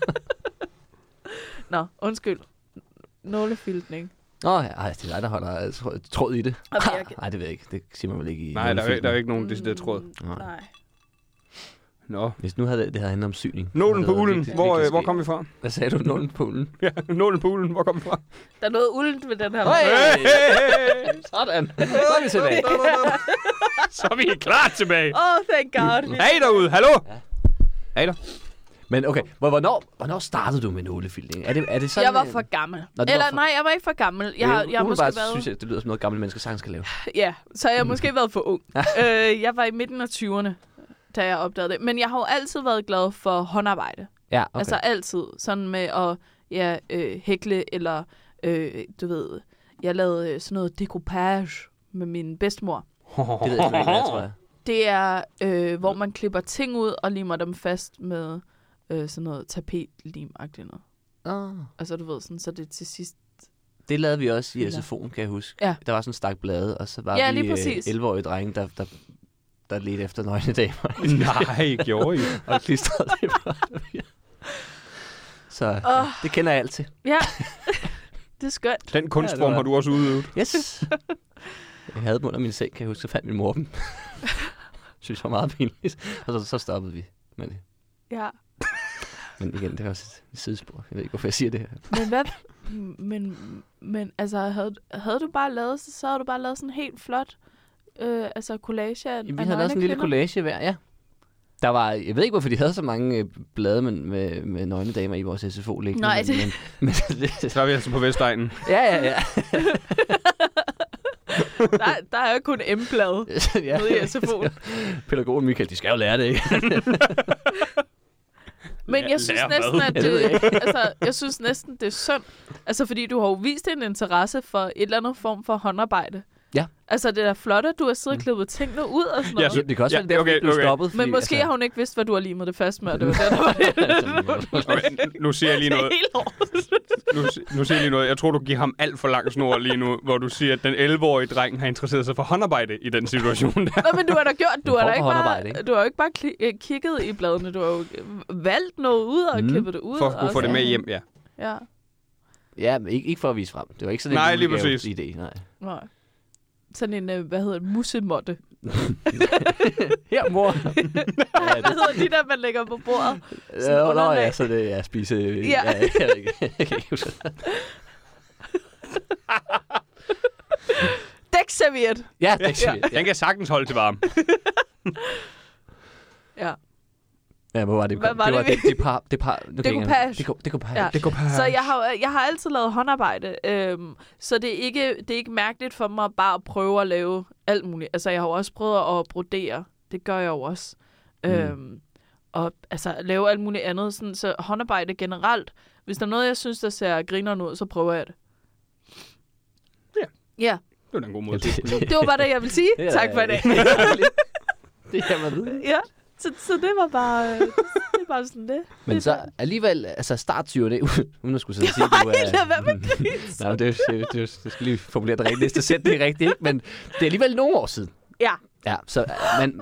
Nå, undskyld. Nålefiltning. Nå, ja, ej, det er dig, der holder øh, tråd- tråd i det. Okay, jeg- Nej, det ved jeg ikke. Det siger man vel ikke i Nej, der er, jo- nålefilmen. der er jo ikke nogen decideret tråd. Mm, Nej. nej. Nå. Hvis nu havde det, det havde handlet om syning. Nålen så på havde det ulen, virkelig- hvor, virkelig øh, hvor sket. kom vi fra? Hvad sagde du? Nålen på ulen? Ja, nålen på ulen, hvor kom vi fra? Der er noget uldent ved den her. Hey! Sådan. Så er vi tilbage. Så er vi klar tilbage. Oh, thank God. Vi- Hey derude, hallo? Hey der. Men okay, hvor- hvornår, hvornår startede du med nålefilning? Er det, er det sådan, Jeg var øh, for gammel. Nå, du var Eller for- nej, jeg var ikke for gammel. Jeg har, jeg har måske umiddelbart været... synes jeg, det lyder som noget, gamle mennesker sagtens skal lave. Ja, så jeg har måske været for ung. øh, jeg var i midten af tyverne, da jeg opdagede det. Men jeg har jo altid været glad for håndarbejde. Ja, okay. Altså altid. Sådan med at... ja, øh, hækle, eller øh, du ved, jeg lavede øh, sådan noget decoupage med min bedstemor. Det ved jeg ikke, hvad jeg tror jeg. Det er, øh, hvor man klipper ting ud og limer dem fast med øh, sådan noget tapetlim-agtigt noget. Oh. Altså, du ved, sådan, så det til sidst... Det lavede vi også i Eller- S F O'en, kan jeg huske. Ja. Der var sådan en stak blade, og så var Ja, vi lige præcis. øh, elleve-årige drenge, der, der, der ledte efter nøgne damer. Nej, gjorde I? og klistrede det på. Så ja, Åh. det kender jeg alt til. Ja, det er skønt. Den kunstform Ja, det var- har du også udøvet. Yes. Jeg havde dem under min seng, kan jeg huske, så fandt min mor dem. Synes jeg var meget pinligt. Og så, så stoppede vi med det. Ja. Men igen, det var også et sidespor. Jeg ved ikke, hvorfor jeg siger det her. Men hvad... Men, men altså, havde, havde du bare lavet, så havde du bare lavet sådan helt flot, øh, altså collage af, Vi af havde lavet sådan en lille nøgne collage hver, ja. Der var, jeg ved ikke, hvorfor de havde så mange øh, blade med, med, med nøgne damer i vores S F O liggende. Nej, men, det- men, men, det, Så er vi altså på Vestegnen. ja, ja, ja. kvinder. Der, der er jo kun M-blade ja. nede i S F O'en. Pædagogen Michael, de skal jo lære det, ikke? Men jeg synes lære næsten, hvad? at Jeg ved det, ikke. altså, jeg synes næsten, det er synd. Altså, fordi du har jo vist en interesse for et eller andet form for håndarbejde. Ja. Altså, det er da flot, at du har siddet og klippet tingene ud og sådan Jeg noget. synes- Det kan også Ja, være, det er, okay, fordi du okay. stoppede. Men måske har hun ikke vidst, hvad du har limet det fast med, og det var det, der var det. Okay, nu siger jeg lige noget. Helt over. Nu, si- nu siger jeg lige noget. Jeg tror, du giver ham alt for lang snor lige nu, hvor du siger, at den elleve-årige dreng har interesseret sig for håndarbejde i den situation der. Nå, men du har da gjort, du En har da form ikke for håndarbejde, bare, ikke? du har jo ikke bare kli- øh, kigget i bladene, du har jo øh, valgt noget ud og Mm. klippet det ud. For at kunne og få det så- med hjem, ja. Ja, Ja, men ikke, ikke for at vise frem. Det var ikke sådan Nej, en lige udgave præcis. idé, nej. nej. Sådan en, øh, hvad hedder det, musemotte. Her, mor. Hvad hedder de der, man lægger på bordet? Sådan Ja, nå, underlag. ja, så det er spise... Ja. ja jeg, ved ikke. Jeg kan ikke huske det. Dækserviet. Ja, det er Den kan sagtens holde til varme. Ja. Ja, hvor var det? Hvad var det? det, var vi- det, det, par, det par, nu kan jeg ikke engang- Decoupage. Det, det, det, Ja. det, det, Så jeg har, jeg har altid lavet håndarbejde, øhm, så det er, ikke, det er ikke mærkeligt for mig bare at prøve at lave alt muligt. Altså, jeg har jo også prøvet at brodere. Det gør jeg jo også. Mm. Øhm, og altså, lave alt muligt andet. Sådan, så håndarbejde generelt. Hvis der er noget, jeg synes, der ser grineren ud, så prøver jeg det. Ja. Ja, Det var da en god måde Ja, at se det- det på. det var bare det, jeg ville sige. Det er- Tak for i dag. det kan man vide. Ja, så, så det var bare, det er bare sådan det. Men det så alligevel, altså starttyver det, uden at skulle sidde og sige, Nej, du er... lad være med gris. Nej, det, er jo- det, er jo- det, det skal lige formulere det rigtigt. Næste sætning er rigtigt, ikke? Men det er alligevel nogle år siden. Ja, Ja, så man...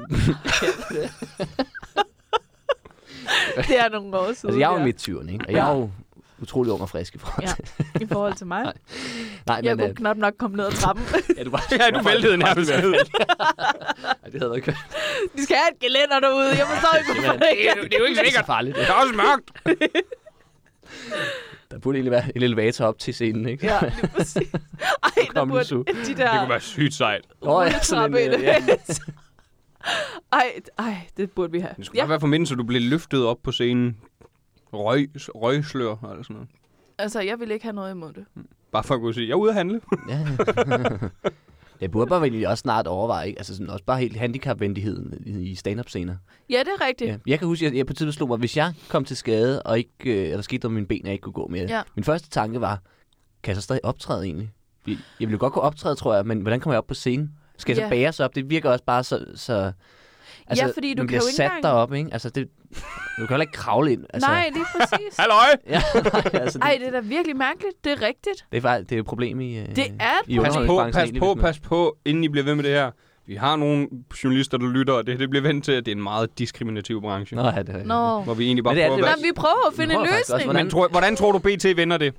det er nogle år siden. altså, jeg er jo ja. midt tyverne, ikke? Og jeg er jo utrolig ung og frisk i forhold til. I forhold til mig. Nej, Nej, Jeg men... kunne øh, knap nok komme ned ad trappen. ja, du var... Ja, du væltede nærmest. Nej, det havde ikke været. De skal have et gelænder derude. Jeg forstår ikke, hvorfor det ikke Det er jo- det er jo ikke Det er sikkert. så farligt. Det er også mørkt. Der burde egentlig være en lille vater op til scenen, ikke? Ja, lige præcis. Ej, der Kom, burde Lissu. de der Det kunne være sygt sejt. Åh, ja, sådan en, øh, ja. Ej, ej, det burde vi have. Det skulle ja. være for mindst, så du blev løftet op på scenen. Røg, røgslør eller sådan noget. Altså, jeg vil ikke have noget imod det. Bare for at kunne sige, jeg er ude at handle. Ja. Det burde bare vel også snart overveje, ikke? Altså sådan også bare helt handicapvenligheden i stand-up-scener. Ja, det er rigtigt. Ja. Jeg kan huske, at jeg på et tidspunkt slog mig, hvis jeg kom til skade, og ikke, øh, eller skete der med mine ben, og jeg ikke kunne gå mere. Ja. Min første tanke var, kan jeg så stadig optræde egentlig? Jeg ville jo godt kunne optræde, tror jeg, men hvordan kommer jeg op på scenen? Skal jeg Ja. så bæres op? Det virker også bare så... så altså, Ja, fordi du man kan bliver jo ikke sat engang- derop, ikke? Altså, det, du kan heller ikke kravle ind. Altså, Nej, lige præcis. Halløj! Ja, nej, altså, det, Ej, det er da virkelig mærkeligt. Det er rigtigt. det, er, faktisk- det er jo et problem i, øh, Det er et i Pas på, underholdningsbranchen pas egentlig, på, hvis man- pas på, inden I bliver ved med det her. Vi har nogle journalister, der lytter, og det, det bliver vendt til, at det er en meget diskriminativ branche. Nå, ja, det er Nå. Hvor vi egentlig bare Men det er prøver det at jo være... Men vi prøver at finde Vi en prøver faktisk også, løsning. hvordan- Men tror, hvordan tror du, B T vinder det?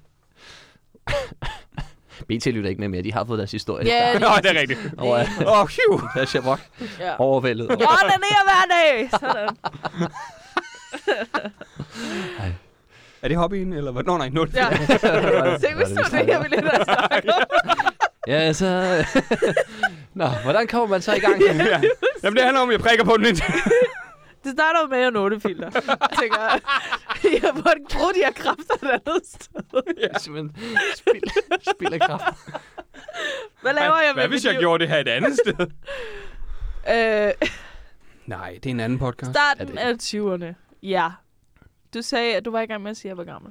B T lytter ikke med mere. De har fået deres historie. Ja, Nå, det er rigtigt. Åh, ja. Åh, oh, phew. Det er Shamrock. Ja. Overvældet. Jeg onanerer hver dag. Sådan. Er det hobbyen, eller hvad? Nå, nej, nu er det... Ja. Se, hvis det var det, jeg ville have snakket om. Ja, så... Nå, hvordan kommer man så i gang? Ja. Jamen, det handler om, at jeg prikker på den indtil. Det starter jo med at notefilter. Jeg tænker, jeg burde bruge de her kræfter et andet sted. Det er simpelthen spild, spild af kraft. Hvad laver jeg med Hvad hvis mit jeg liv? gjorde det her et andet sted? Øh, Nej, det er en anden podcast. starten Er det- af tyverne. Ja. Du sagde, at du var i gang med at sige, at jeg var gammel.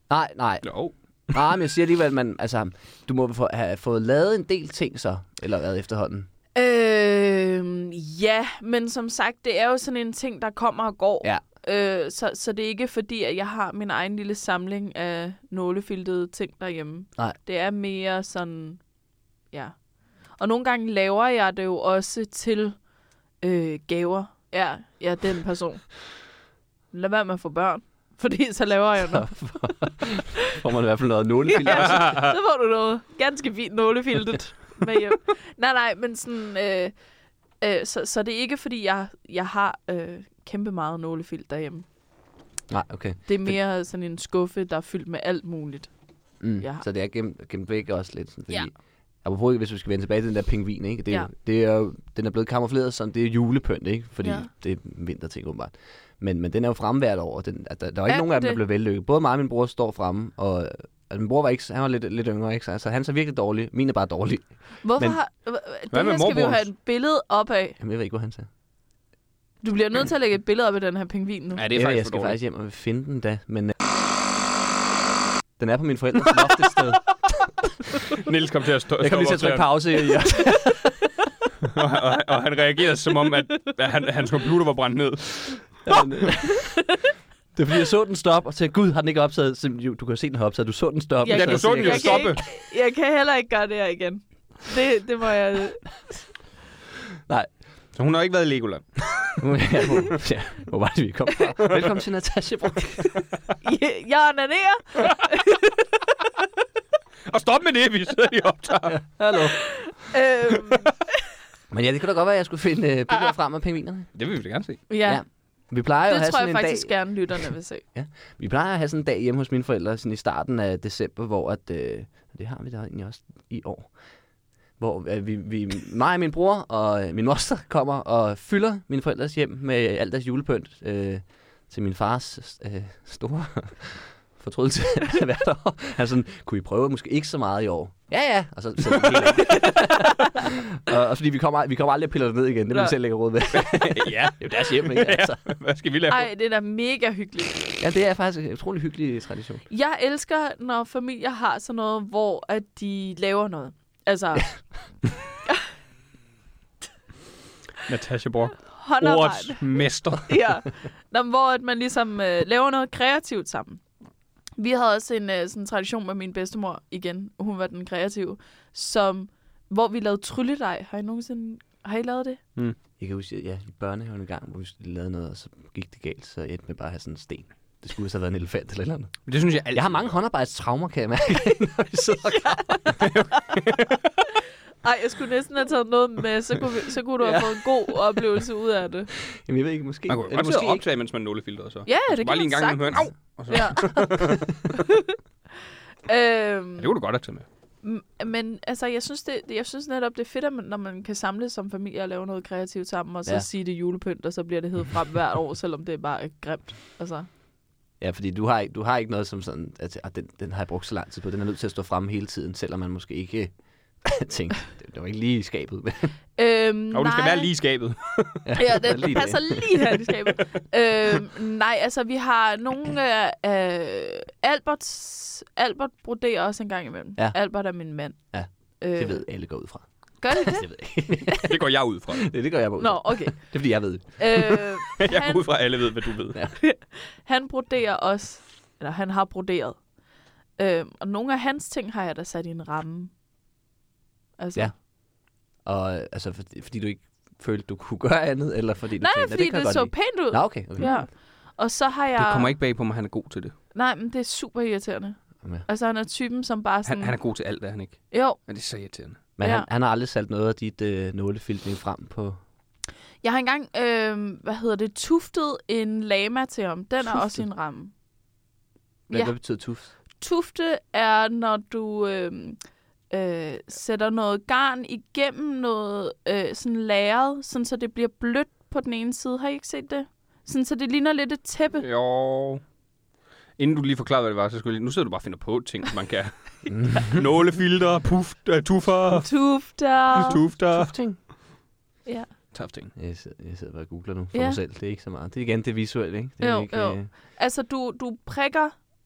Nej, nej. Jo. Nej, men jeg siger alligevel, at man, altså, du må få, have fået lavet en del ting så, eller hvad efterhånden. Øh, ja, men som sagt, det er jo sådan en ting, der kommer og går. Ja. Øh, så, så det er ikke fordi, at jeg har min egen lille samling af nålefiltede ting derhjemme. Nej. Det er mere sådan, ja. Og nogle gange laver jeg det jo også til øh, gaver. Ja, jeg er den person. Lad være med at få børn, fordi så laver jeg noget. Får man i hvert fald noget nålefilter Ja, også. så får du noget ganske fint nålefiltet med hjem. Nej, nej, men sådan... Øh, øh, så, så det er ikke, fordi jeg, jeg har øh, kæmpe meget nålefilt derhjemme. Nej, okay. Det er mere sådan en skuffe, der er fyldt med alt muligt. Mm. Ja. Så det er gemt, gemt væk også lidt. Sådan, fordi, Ja. apropos, hvis vi skal vende tilbage til den der pingvin, ikke? Det er, Ja. jo, det er jo, den er blevet kamufleret som, det er julepynt, ikke? Fordi Ja. det er vinterting, åbenbart. Men, men den er jo fremme hvert år. Den, at der, der var ikke Ja, nogen af dem, der det- blev vellykket. Både mig og min bror står fremme, og altså, min bror var ikke, han var lidt, lidt yngre, ikke? Så altså, han er så virkelig dårlig. Min er bare dårlig. Hvorfor Men- har... øh, Hvad Det med her skal vi jo morbrorens? have et billede op af. Jamen, jeg ved ikke, hvor han sagde. Du bliver nødt til at lægge et billede op af den her pingvin nu. Ja, det er Ja, faktisk jeg for skal dårligt. faktisk hjem og finde den da, men... Øh, den er på min forældres loft et sted. Niels kom til at stå. Jeg kom lige til at trykke pause i. Ja. og, og, og han reagerede som om, at, at han, hans computer var brændt ned. Men, øh, det er fordi, jeg så den stoppe, og tænkte, gud, har den ikke optaget? Så, jo, du kan se, den har optaget. Du så den stoppe. Jeg Ja, kan- du så den jo jeg kan stoppe. ikke- Jeg kan heller ikke gøre det her igen. Det, det må jeg... Så hun har ikke været i Legoland. ja, hvor, ja, hvor var det, vi kom fra? Velkommen til Natasha Brug. Jeg onanerer. Og stop med det, vi sidder lige og optager. Hallo. øhm, Men ja, det kunne da godt være, at jeg skulle finde øh, billeder frem af pingvinerne. Det vil vi da gerne se. ja, Ja. Vi plejer jo at det have tror sådan jeg en faktisk dag. gerne lytterne vil se. Vi plejer at have sådan en dag hjemme hos mine forældre sådan i starten af december, hvor at, øh, det har vi da egentlig også i år. Hvor øh, vi, vi, mig og min bror og øh, min moster kommer og fylder mine forældres hjem med alt deres julepynt øh, til min fars øh, store fortrydelse hvert år. Han er sådan, kunne I prøve måske ikke så meget i år? Ja, ja. Og så, så er det helt af. og, og fordi vi kommer, vi kommer aldrig at pille det ned igen. Det må vi Nej. selv lægge råd med. Ja. Det er jo deres hjem, ikke? Altså. Hvad skal vi lave? Ej, det er da mega hyggeligt. Ja, det er faktisk en utrolig hyggelig tradition. Jeg elsker, når familier har sådan noget, hvor at de laver noget. Altså, Natasha Borg. håndarbejde. Ordets mester. Ja, Nå, men hvor at man ligesom øh, laver noget kreativt sammen. Vi havde også en øh, sådan en tradition med min bedstemor, igen, hun var den kreative, som, hvor vi lavede trylledej. Har I nogensinde, har I lavet det? Jeg kan huske, ja, i børnehaven en gang, hvor vi lavede noget, og så gik det galt, så endte med bare at have sådan en sten. Det skulle så have været en elefant eller et eller andet. Men det synes jeg altid. Jeg har mange håndarbejdstraumer, kan jeg mærke, når vi sidder og Ej, jeg skulle næsten have taget noget med, så kunne, vi, så kunne du have Ja. fået en god oplevelse ud af det. Jamen, jeg ved ikke, måske... Man kunne eller godt sidde og måske ikke. optage, mens man nålefiltrede så. Ja, Man det skulle bare kan lige en man gang imellem høre en, au! Og så, sagtens. øhm, det kunne du godt have taget med. m- men altså, jeg synes, det, jeg synes netop, det er fedt, at man, når man kan samles som familie og lave noget kreativt sammen, og så Ja. ja. sige det er julepynt, og så bliver det hed frem hvert år, selvom det er bare grimt. Altså. Ja, fordi du har, ikke- du har ikke noget som sådan, at, at den, den har jeg brugt så lang tid på. Den er nødt til at stå fremme hele tiden, selvom man måske ikke tænker, det, det var ikke lige i skabet. Men, Øhm, Og du skal nej. være lige i skabet. Ja, den Lige passer lige her i skabet. øhm, nej, altså vi har nogle af øh, Alberts, Albert broderer også en gang imellem. Ja. Albert er min mand. Ja, øh, det ved alle går ud fra. Gør de det? Det ved jeg ikke. Det går jeg ud fra. det, det gør jeg på. Nå, okay. Det er fordi, jeg ved det. Øh, Jeg han, går ud fra, at alle ved, hvad du ved. Ja. han broderer også, eller han har broderet. Øh, og nogle af hans ting har jeg da sat i en ramme. Altså, Ja. Og altså, fordi, fordi du ikke følte, du kunne gøre andet, eller fordi du Nej, tænkte, "Nå, fordi kan jeg det godt så lide." pænt ud. Nå, okay. okay. Ja. Og så har jeg... Det kommer ikke bag på mig, at han er god til det. Nej, men det er super irriterende. Ja. Altså, han er typen, som bare sådan... Han, han er god til alt, er han ikke? Jo, Men det er så irriterende. Men Ja. han, han har aldrig sat noget af dit øh, nålefiltning frem på... jeg har engang, øh, hvad hedder det, tuftet en lama til ham. Den er Tuftet? også i en ramme. Hvad, Ja. hvad betyder tuft? Tufte er, når du øh, øh, sætter noget garn igennem noget øh, sådan lærred, sådan så det bliver blødt på den ene side. Har I ikke set det? Sådan så det ligner lidt et tæppe. Jo. Inden du lige forklarede, hvad det var, så skulle jeg lige... Nu sidder du bare og finder på ting, man kan. Nålefilter, puff, uh, tuffer, Tufter. tufter. Tufting? Ja. Tufting. Jeg sidder, jeg sidder bare og googler nu for Ja. mig selv. Det er ikke så meget. Det er igen det visuelle, ikke? Det er Jo, ikke, jo. øh, Altså, du, du prikker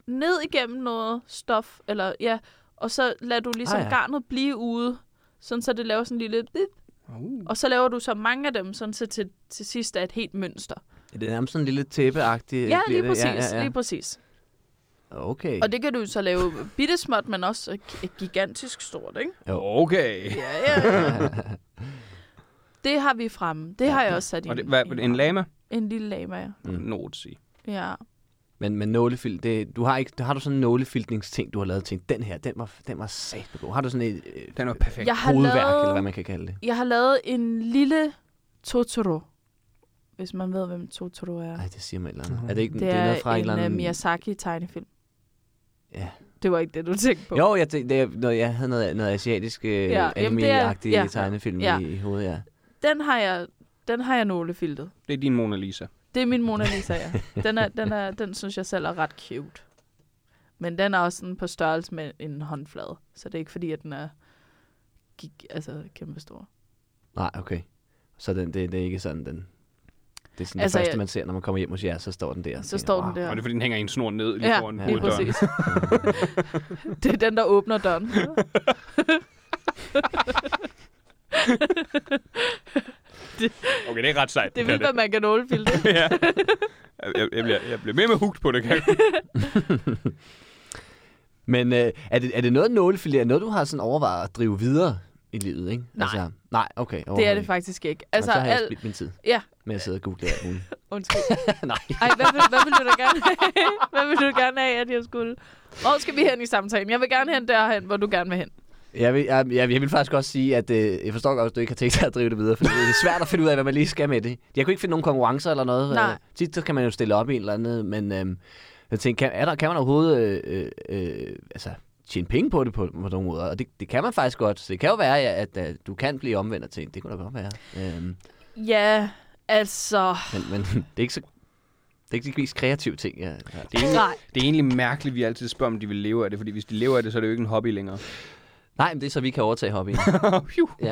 ned igennem noget stof, eller ja, og så lader du ligesom Ah, ah, ja. ja. garnet blive ude, sådan så det laver sådan en lille bip, Uh. og så laver du så mange af dem, sådan så til, til sidst er et helt mønster. Det er nærmest sådan en lille tæppeagtigt. Ja, bliver lige det. præcis, Ja, ja, ja. lige præcis. Okay. Og det kan du så lave bittesmåt, men også k- gigantisk stort, ikke? Okay. Ja, ja. Det har vi fremme. Det har jeg også sat i Og det, en- hvad, en- en lama? En lille lama, ja. Mm. Noget sige. Ja. Men, men nålefil, det, du har ikke, har du sådan en nålefiltningsting, du har lavet til den her? Den var, den var sat god. Har du sådan et øh, Den var perfekt. Jeg har, hovedværk, eller hvad lavet, man kan kalde det? jeg har lavet en lille Totoro, hvis man ved, hvem Totoro er. Nej, det siger mig et eller andet. Er det ikke Det det er er, noget fra en en eller uh, anden... Miyazaki-tegnefilm. Ja. Det var ikke det, du tænkte på. Jo, jeg, det, det, er noget, jeg havde noget, noget asiatisk øh, Ja, ja, jamen, det er- anime-agtig ja. tegnefilm Ja. i, i hovedet, ja. Den har jeg, den har jeg nålefiltet. Det er din Mona Lisa. Det er min Mona Lisa, ja. Den, er, den, er, den synes jeg selv er ret cute. Men den er også sådan på størrelse med en håndflade. Så det er ikke fordi, at den er gik, altså, kæmpe stor. Nej, okay. Så den, det, det er ikke sådan, den... Det er sådan Altså, det første, jeg- man ser, når man kommer hjem hos jer, så står den der. og Så tænker, står den wow. der. Og det er fordi, den hænger i en snor ned lige Ja, foran lige Lige hoveddøren. præcis. Det er den, der åbner døren. Okay, det er ret sejt. Det er kan vildt, hvad man kan nålefilte. ja. Jeg, jeg, bliver, jeg bliver mere med hugt på det, kan jeg. Men øh, er, det, er det noget nålefilet? Er noget, du har sådan overvejet at drive videre i livet, ikke? Nej. Altså, nej, okay. Det er det faktisk ikke. Altså, Altså, så har jeg al... spildt min tid Ja. med at sidde og google alt muligt. Undskyld. nej. Ej, hvad vil, hvad vil du da gerne have? Hvad vil du gerne have, at jeg skulle? Hvor skal vi hen i samtalen? Jeg vil gerne hen derhen, hvor du gerne vil hen. Jeg vil, jeg, jeg, jeg vil faktisk også sige, at øh, jeg forstår godt, at du ikke har tænkt dig at drive det videre, for det er svært at finde ud af, hvad man lige skal med det. Jeg kunne ikke finde nogen konkurrencer eller noget. Nej. Øh, tit så kan man jo stille op i en eller andet, men øh, jeg tænker, kan, er der, kan man overhovedet øh, øh, altså, tjene penge på det på, på nogle måder? Og det, det kan man faktisk godt. Så det kan jo være, at, at du kan blive omvendt og tænke, det kunne da godt være. Øh, Ja, altså... men, men det er ikke så... Det er ikke de mest kreative ting, jeg har. Det er, egentlig, Nej. det er egentlig mærkeligt, at vi altid spørger, om de vil leve af det. Fordi hvis de lever af det, så er det jo ikke en hobby længere. Nej, men det er så, vi kan overtage hobbyen. Phew. Ja.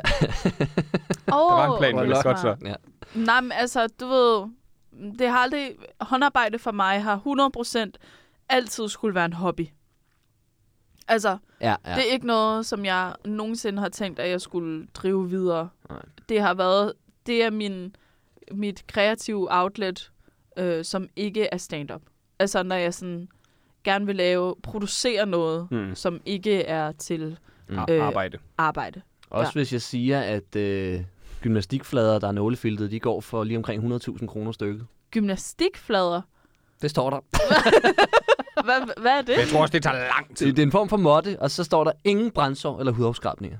Oh, Der var en plan, men det er godt så. Ja. Nej, men altså, du ved... Det har aldrig... Håndarbejde for mig har hundrede procent altid skulle være en hobby. Altså, Ja, ja. ja. det er ikke noget, som jeg nogensinde har tænkt, at jeg skulle drive videre. Nej. Det har været... Det er min, mit kreative outlet, øh, som ikke er stand-up. Altså, når jeg sådan gerne vil lave, producere noget, Hmm. som ikke er til Mm. Ar- Øh, arbejde. arbejde. Også Ja. hvis jeg siger, at øh, gymnastikflader, der er nålefiltet, de går for lige omkring hundrede tusind kroner stykket. Gymnastikflader. Det står der. Hvad, hvad er det? Men jeg tror også, det tager lang tid. Det, det er en form for måtte, og så står der ingen brændsår eller hudafskrabninger.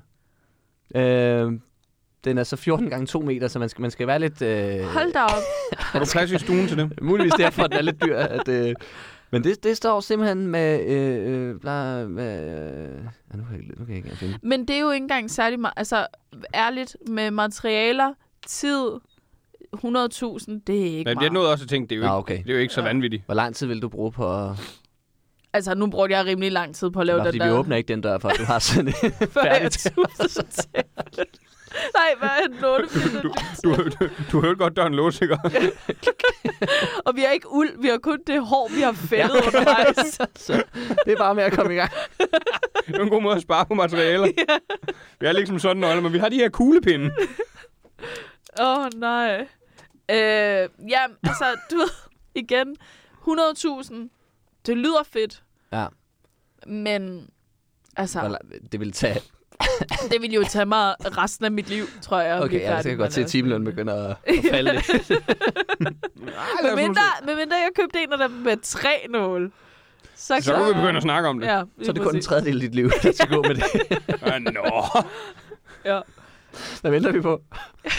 Øh, den er så fjorten gange to meter, så man skal, man skal være lidt... Øh, Hold da op. Har du plads i stuen til det? muligvis derfor, at den er lidt dyr. At, øh, men det, det står simpelthen med... Øh, øh, bla, med øh, ja, nu kan jeg, nu kan jeg ikke engang finde. Men det er jo ikke engang særlig meget. Altså, ærligt, med materialer, tid, hundrede tusind, det er ikke Men meget. jeg nåede også at tænke, det er jo Nå, ikke, okay. det er jo ikke så Ja. vanvittigt. Hvor lang tid vil du bruge på at... Altså, nu brugte jeg rimelig lang tid på at lave Bare fordi den vi der. åbner ikke den dør, for at du har sådan en før jeg færdig til. turde tage den. Nej, hvad er en lånefilm? Du, du, du, du hørte godt døren låse, ikke? Og vi har ikke uld, vi har kun det hår, vi har fældet ja. undervejs. Så det er bare med at komme i gang. Det er en god måde at spare på materialer. Ja. Vi er liksom sådan nøgler, men vi har de her kuglepinde. Åh, oh, nej. Øh, ja, altså, du ved, igen, hundrede tusind, det lyder fedt, Ja. men altså, Hvor la- Det vil tage... det vil jo tage mig resten af mit liv, tror jeg. at Okay, blive ja, så kan færdig jeg godt se, med at det. timelønnen begynder at, at falde lidt. Med mindre, med mindre jeg købte en af dem med tre nåle. Så, Så kan vi begynde at snakke om det. Ja, Så er det kun en tredjedel af dit liv, der skal gå med det. Ah, nå. Ja. Hvad venter vi på?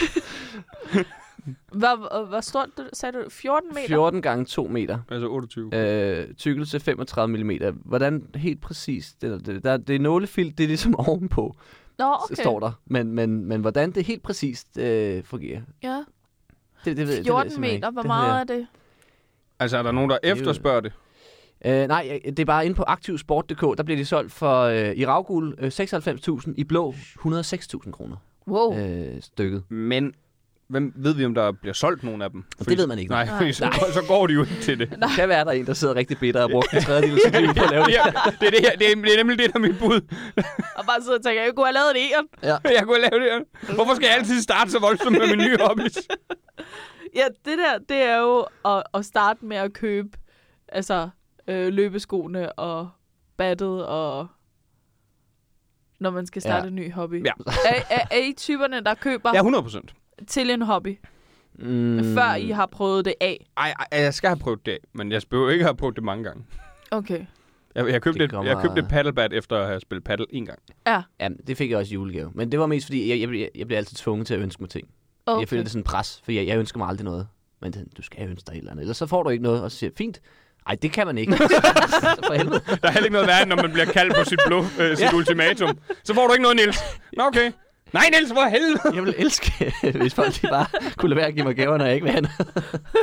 Hvor, hvor stort du, sagde du? fjorten meter? fjorten gange to meter. Altså otteogtyve. Øh, tykkelse femogtredive millimeter. Hvordan helt præcis? Det, det, der, det er nålefilt, det er ligesom ovenpå, Nå, okay. okay. står der. Men, men, men hvordan det helt præcist øh, fungerer, Ja. det, det, ved, det ved jeg fjorten simpelthen meter, ikke. hvor Det meget havde er det? Altså, er der nogen, der Det er jo- efterspørger det? Øh, nej, det er bare inde på aktivsport punktum d k. Der bliver de solgt for øh, i ravguld øh, seksoghalvfems tusind, i blå et hundrede og seks tusind kroner Wow. øh, stykket. Men Hvem ved vi, om der bliver solgt nogen af dem? Det ved man ikke. Nej, Nej. så, så går de jo ikke til det. Det kan være, der er en, der sidder rigtig bitter og bruger en tredjedel af sit liv på at lave det. Ja, det, er det, her, det, er, det er nemlig det, der er mit bud. Og bare sidde og tænke, jeg kunne have lavet det igen. Ja. Jeg kunne lave det her. Hvorfor skal jeg altid starte så voldsomt med mine nye hobbies? Ja, det der, det er jo at, at starte med at købe altså øh, løbeskoene og battet og når man skal starte Ja. en ny hobby. Ja. Er, er, er I typerne, der køber Ja, hundrede procent. til en hobby, Mm. før I har prøvet det af? Ej, ej, jeg skal have prøvet det af, men jeg behøver ikke have prøvet det mange gange. Okay. Jeg, jeg, købte, Det et, kommer- jeg købte et paddlebat efter at have spillet paddle en gang. Ja. Ja, det fik jeg også i julegave. Men det var mest fordi, jeg, jeg, blev- jeg blev altid tvunget til at ønske mig ting. okay. Jeg føler det er sådan en pres, for jeg, jeg ønsker mig aldrig noget. Men det, du skal ønske dig et eller andet. Ellers så får du ikke noget, og så siger jeg, fint. Ej, det kan man ikke. For helvede. Der er heller ikke noget værre, når man bliver kaldt på sit, blå, øh, sit ultimatum. Så får du ikke noget, Niels. Nå, okay. Nej, Niels, hvor helvede. Jeg ville elske, hvis folk de bare kunne lade være at give mig gaver, når jeg ikke vil have noget.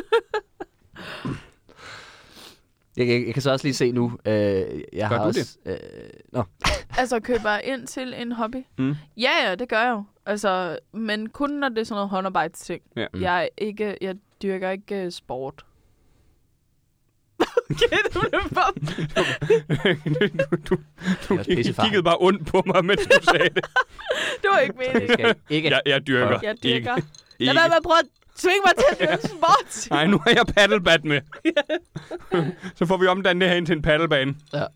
Jeg, jeg, jeg kan så også lige se nu, øh, jeg Gør har du også... Øh, nå. Altså køber ind til en hobby? Mm. Ja, ja, det gør jeg jo. Altså, men kun når det er sådan noget håndarbejdsting. Ja. Mm. Jeg, er ikke, jeg dyrker ikke uh, sport. Okay, du blev bum. du du, du Det er også pissefarligt. kiggede bare ondt på mig, mens du sagde det. Det var ikke Det meningen. skal jeg ikke. Jeg, jeg dyrker. Jeg dyrker. Ikke. Lad ikke. være med at prøve at tvinge mig til at dyrke sport. Nej, nu har jeg paddlebat med. Så får vi omdannet det her ind til en paddlebane.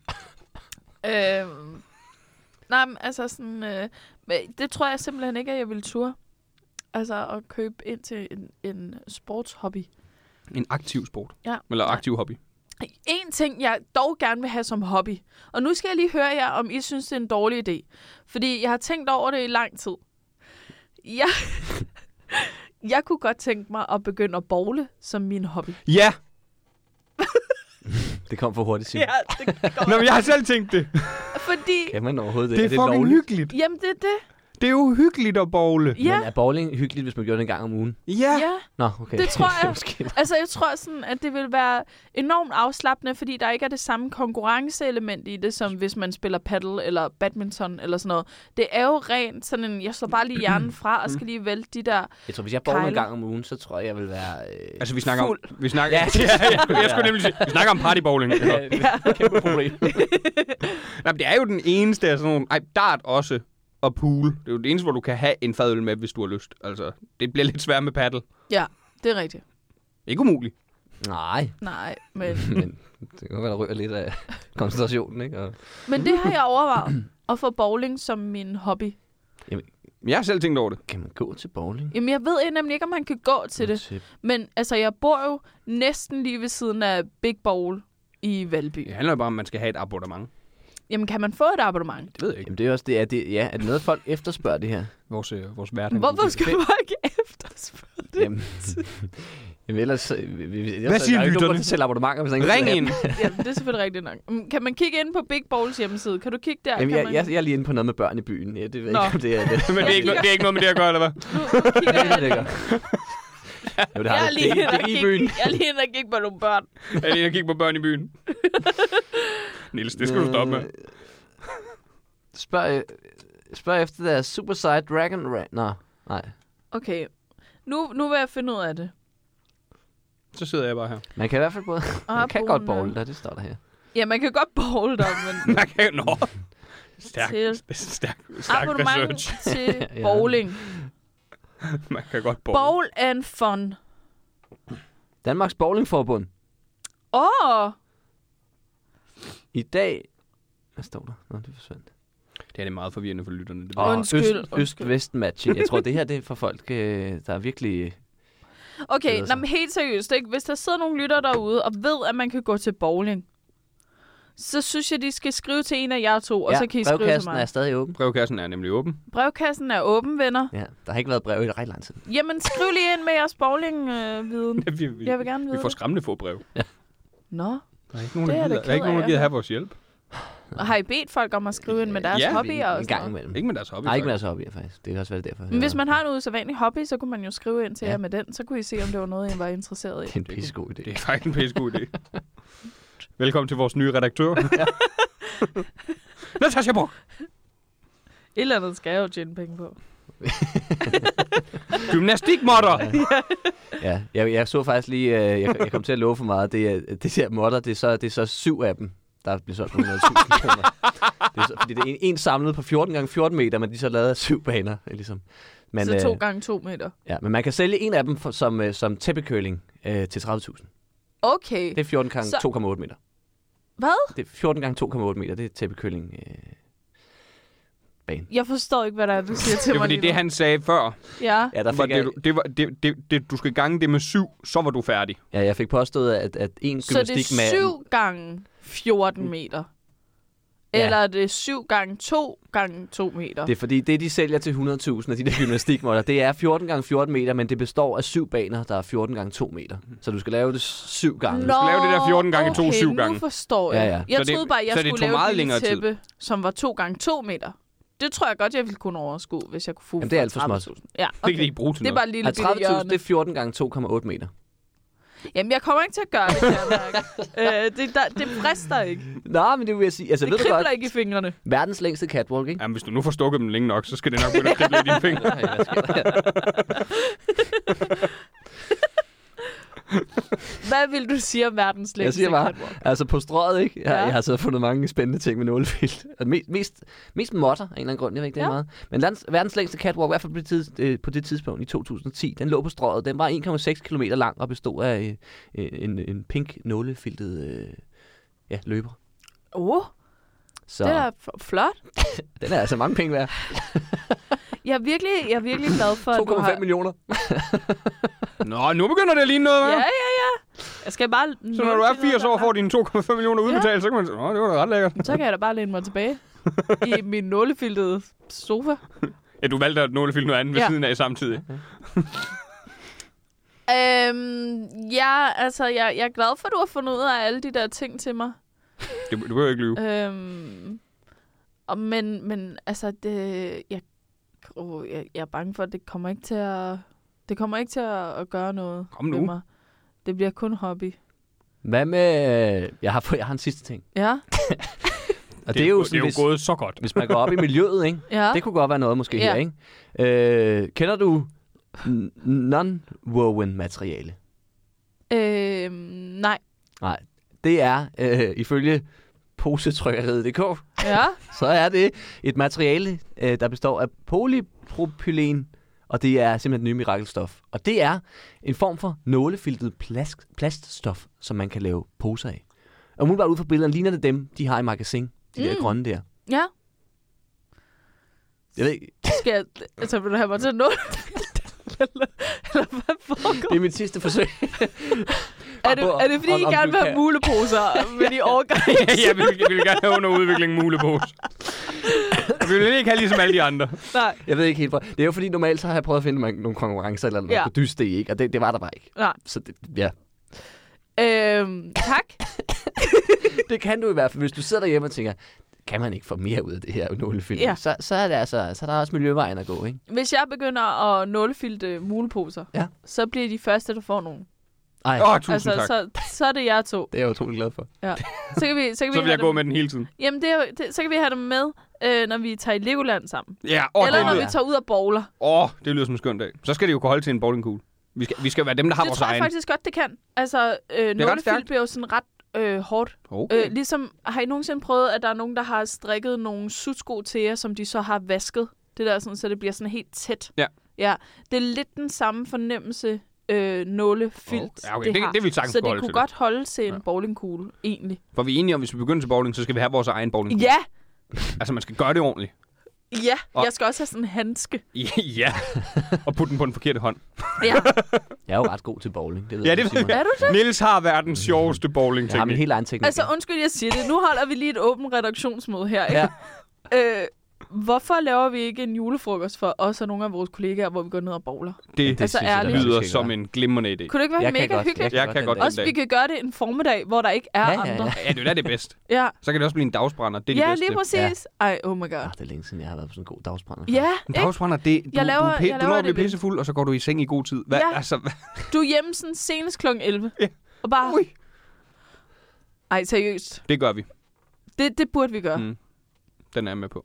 øhm, nej, men altså sådan... Øh, men det tror jeg simpelthen ikke, at jeg vil turde. Altså at købe ind til en, en sportshobby. En aktiv sport. Ja. Eller Nej. aktiv hobby. En ting, jeg dog gerne vil have som hobby. Og nu skal jeg lige høre jer, om I synes, det er en dårlig idé. Fordi jeg har tænkt over det i lang tid. Jeg, jeg kunne godt tænke mig at begynde at bowle som min hobby. Ja! Det kom for hurtigt, Signe. Ja, det, det går. Nå, men jeg har selv tænkt det. Fordi, Kan man overhovedet det? Det er, det fucking lovligt? hyggeligt. jamen det er det. Det er jo hyggeligt at bowle. Ja, Men er bowling hyggeligt, hvis man gjorde det en gang om ugen? Ja. ja. Nå, okay. Det tror jeg. Måske. Altså, jeg tror sådan, at det vil være enormt afslappende, fordi der ikke er det samme konkurrenceelement i det, som hvis man spiller paddle eller badminton eller sådan noget. Det er jo rent sådan en, jeg slår bare lige hjernen fra og skal lige vælte de der... Jeg tror, hvis jeg bowler en Kejle. gang om ugen, så tror jeg, jeg vil være... Øh... Altså, vi snakker Fuld. om... Vi snakker, Ja. ja, ja, ja, jeg skulle nemlig sige, vi snakker om partybowling. Ja, det er et kæmpe problem. Nej, men det er jo den eneste af sådan nogle... Ej, dart også. Og pool. Det er jo det eneste, hvor du kan have en fadøl med, hvis du har lyst. Altså, det bliver lidt svært med paddle. Ja, det er rigtigt. Ikke umuligt. Nej, Nej, men... men det kan være, der ryger lidt af koncentrationen, ikke? Og... Men det har jeg overvejet. At få bowling som min hobby. Men jeg har selv tænkt over det. Kan man gå til bowling? Jamen, jeg ved nemlig ikke, om man kan gå til det. Til... Men altså, jeg bor jo næsten lige ved siden af Big Bowl i Valby. Det handler jo bare om, at man skal have et abonnement. Jamen, kan man få et abonnement? Det ved jeg ikke. Jamen, det er også det. Er det ja, er det noget, folk efterspørger det her? Vores, øh, vores hverdag. Hvorfor skal folk efterspørge det? Jamen, Jamen ellers... så- vi- vi- ellers Hvad så siger er der jo ikke nogen lytterne? grund til at sælge abonnementer, hvis der ingen Ring vil have ind. dem. Jamen, det er selvfølgelig rigtigt nok. Mm, Kan man kigge ind på Big Bowls hjemmeside? Kan du kigge der? Jamen, kan jeg, man... jeg, jeg er lige inde på noget med børn i byen. Ja, det ved Nå. jeg ikke, om det er det. Men det er, ikke, no- det er ikke noget med det at gøre, eller hvad? Nu, nu kigger Ja, jeg, det er det, jo, det jeg, har er det. lige Det, inde det og er i kigge- byen. jeg er lige inde og kigge på nogle børn. Jeg er lige at kigge på børn i byen. Niels, det skal du stoppe med. Øh, Spørg, øh, spørg efter deres Super Side Dragon Rat. Nå, nej. Okay, nu, nu vil jeg finde ud af det. Så sidder jeg bare her. Man kan i hvert fald både... Man kan godt Abonnement. bowle der, det står der her. Ja, man kan godt bowle der, men Man kan Nå. Stærk, Til- stærk, stærk abonnement research. til Ja. bowling. Man kan godt bowl. Bowl and fun. Danmarks Bowlingforbund. Åh! Oh, I dag... Hvad står der? Nå, det forsvandt. Det er det meget forvirrende for lytterne. Det Og ved Undskyld, øst, undskyld. øst-vest matching. Jeg tror, det her det er for folk, øh, der er virkelig... okay, Glæder sig. nå, men helt seriøst. Ikke? Hvis der sidder nogle lytter derude og ved, at man kan gå til bowling, så synes jeg, de skal skrive til en af jer to, og ja, så kan I skrive til brevkassen mig. er stadig åben. Brevkassen er nemlig åben. Brevkassen er åben, venner. Ja, der har ikke været brev i ret lang tid. Jamen, skriv lige ind med jeres bowling-viden. vi, vi, Jeg vil gerne vide vi får det. skræmmende få brev. Nå. Der er ikke nogen, Det er der, jeg da gider, der er ikke ked nogen, der af. gider have vores hjælp. Og har I bedt folk om at skrive ind med deres Ja, hobbyer og En sådan gang noget? imellem. Ikke med deres hobby. Nej, ikke med faktisk. deres hobbyer, faktisk. Det er også været derfor. Men hvis man har en usædvanlig hobby, så kunne man jo skrive ind til Ja. jer med den. Så kunne I se, om det var noget, I var interesseret i. Det er en pissegod idé. Det er faktisk en pisse god idé. Velkommen til vores nye redaktør. Natasha Borg. Et eller andet skal jeg jo tjene penge på. Gymnastikmotter! Ja, jeg, jeg så faktisk lige, øh, jeg, jeg kom til at love for meget. Det, er- det der modder, det er, så, det er så syv af dem, der bliver solgt for hundrede tusind kroner. Det er så, fordi det er en, en samlet på fjorten gange fjorten meter, men de er så lavet af syv baner. Ligesom. Men, Så to øh, gange to meter. ja, men man kan sælge en af dem for, som, øh, som tæppekøling øh, til tredive tusind. Okay. Det er fjorten gange Så- to komma otte meter. Hvad? Det er fjorten gange to komma otte meter, det er tæppekøling. Øh, bane. Jeg forstår ikke, hvad der er, du siger til Det er mig fordi, lige det nu. han sagde før, Ja. Ja, der var fik det, jeg, du- det var, det, det, det, du skal gange det med syv, så var du færdig. ja, jeg fik påstået, at, at en Så det gymnastik er med... syv gange fjorten meter. Ja. Eller er det syv gange to gange to meter? Det er fordi, det de sælger til hundrede tusind af de der gymnastikmåtter, det er fjorten gange fjorten meter, men det består af syv baner, der er fjorten gange to meter. Så du skal lave det syv gange. Nå, skal lave det der fjorten gange to, okay, syv gange. nu forstår jeg. Ja, ja. Jeg Så det- troede bare, at jeg så det skulle tog lave meget et lille længere tid. tæppe, som var to gange to meter. Det tror jeg godt, jeg ville kunne overskue, hvis jeg kunne få Jamen, det er alt for tredive småt. tusind. Ja, Det kan de okay. ikke bruge til Det er noget. bare et lille bitte tredive tusind, hjørne. det er fjorten gange to komma otte meter. Jamen, jeg kommer ikke til at gøre det, kan jeg mærke. øh, det, der, det frister ikke. Nå, men det vil jeg sige. Altså, Det ved du kribler godt, ikke i fingrene. verdens længste catwalk, ikke? Jamen, hvis du nu får stukket dem længe nok, så skal det nok begynde at krible i dine fingre. Hvad sker der? Hvad vil du sige om verdens Jeg længste siger bare, catwalk? altså på strøget, ikke? Jeg, Ja. jeg har så fundet mange spændende ting med nålefilt. Altså, mest, mest, mest motter af en eller anden grund, jeg ved ikke, det er Ja. meget. Men lands, verdens længste catwalk, i hvert fald på det, tids, øh, på det tidspunkt i to tusind og ti, den lå på strøget. Den var en komma seks kilometer lang og bestod af øh, en, en pink nålefiltet øh, ja, løber. Åh, Så det er da f- flot. den er altså mange penge værd. Jeg er virkelig, jeg er virkelig glad for, at to du komma fem har... millioner. Nå, nu begynder det at ligne noget, Ja, hva'? ja, ja. Jeg skal bare... Så når du er firs år og får dine to komma fem millioner udbetalt, så kan man sige, åh, det var da ret lækkert. Så kan jeg da bare læne mig tilbage i min nålefiltede sofa. Ja, du valgte at nålefilme noget andet ved Ja. siden af samtidig. Øhm, ja, altså, jeg, jeg er glad for, at du har fundet ud af alle de der ting til mig. Det, du behøver ikke lyve. Øhm, og men, men altså, det, jeg, oh, jeg, jeg er bange for, at det kommer ikke til at, det kommer ikke til at, at gøre noget Kom nu. ved mig. Det bliver kun hobby. Hvad med... Jeg har, jeg har en sidste ting. Ja, Og det, er jo det er sådan, jo hvis, gået så godt. hvis man går op i miljøet, ikke? ja. Det kunne godt være noget måske Ja. her, ikke? Øh, kender du n- non-woven materiale? Øhm, nej. Nej. Det er, øh, ifølge posetrykkeriet punktum d k, Ja, så er det et materiale, øh, der består af polypropylen, og det er simpelthen et nye mirakelstof. Og det er en form for nålefiltet plast, plaststof, som man kan lave poser af. Og umiddelbart ud fra billederne ligner det dem, de har i magasin. De mm. der Mm. grønne der. ja. Jeg ved ikke, Skal jeg, altså, vil du have mig til at nå eller, eller hvad foregår? det er mit sidste forsøg. Er det, er det fordi, Om- I om gerne du vil have kan- muleposer, men I overgår ja, ikke? jeg vil, jeg vil gerne have under udviklingen mulepose. Vi vil ikke have ligesom alle de andre. Nej, Jeg ved ikke helt hvor. Det er jo fordi, normalt så har jeg prøvet at finde mig nogle konkurrencer, eller noget, Ja. ja. kunne dyste det i, ikke? Og det, det var der bare ikke. nej. Så det, ja. Øhm, tak. Det kan du i hvert fald, hvis du sidder derhjemme og tænker, kan man ikke få mere ud af det her nålefilm? Ja. Så, så, er det altså, så er der også miljøvejen at gå, ikke? Hvis jeg begynder at nålefilte muleposer, Ja. så bliver de første, der får nogen. Ej, Åh, oh, tusind Altså, tak. Så, så, så er det jer to. det er jeg utrolig glad for. Ja. Så kan vi, så kan vi så vil have jeg gå dem, med den hele tiden. Jamen, det er, jo- det, så kan vi have dem med, øh, når vi tager i Legoland sammen. Ja, åh, Eller det, når lyder, vi tager ud og bowler. åh, det lyder som en skøn dag. Så skal det jo kunne holde til en bowlingkugle. Vi skal, vi skal være dem, der har Det vores tror jeg egen. faktisk godt, det kan. Altså, øh, ret nålefilt stærkt. bliver jo sådan ret øh, hårdt. Okay. Øh, ligesom, har I nogensinde prøvet, at der er nogen, der har strikket nogle sudsko til jer, som de så har vasket? Det der sådan, så det bliver sådan helt tæt. Ja. Ja, det er lidt den samme fornemmelse, øh, nålefilt, Oh, ja, okay. Det- har. det vil sagtens Så kunne det holde kunne til godt holde til en Ja. bowlingkugle, egentlig. For vi er enige om, hvis vi begynder til bowling, så skal vi have vores egen bowlingkugle. Ja, Altså, man skal gøre det ordentligt. ja. Og- Jeg skal også have sådan en handske. ja. Og putte den på den forkerte hånd. Ja, Jeg er jo ret god til bowling. Det ved Ja, du, det ved Simon. jeg. er du det? Niels har verdens sjoveste bowling Jeg har min helt egen teknik. Altså, undskyld, jeg siger det. Nu holder vi lige et åbent redaktionsmøde her, ikke? Ja. Øh, hvorfor laver vi ikke en julefrokost for os og nogle af vores kollegaer, hvor vi går ned og bowler? Det, det Altså, synes jeg, ærligt. det er, vi lyder skal som gøre. en glimrende idé. Kunne det ikke være Jeg kan mega godt, hyggeligt? Jeg kan den godt dag. den Også, vi kan gøre det en formiddag, hvor der ikke er Ja, ja, ja. andre. Ja, det er jo da det bedste. Ja, Så kan det også blive en dagsbrænder. Det er ja det bedste. lige præcis. Ej, oh my god. Ah, det er længe siden, jeg har været på sådan en god dagsbrænder. Ja, En ikke? dagsbrænder, det, du, Jeg laver- du, er pæ- jeg du laver når at det blive lidt. pissefuld, og så går du i seng i god tid. Hvad, Ja. altså, hvad? Du er hjemme sådan senest klokken elleve. Ja. Og bare... Ui. Ej, seriøst. Det gør vi. Det, det burde vi gøre. Mm. Den er jeg med på.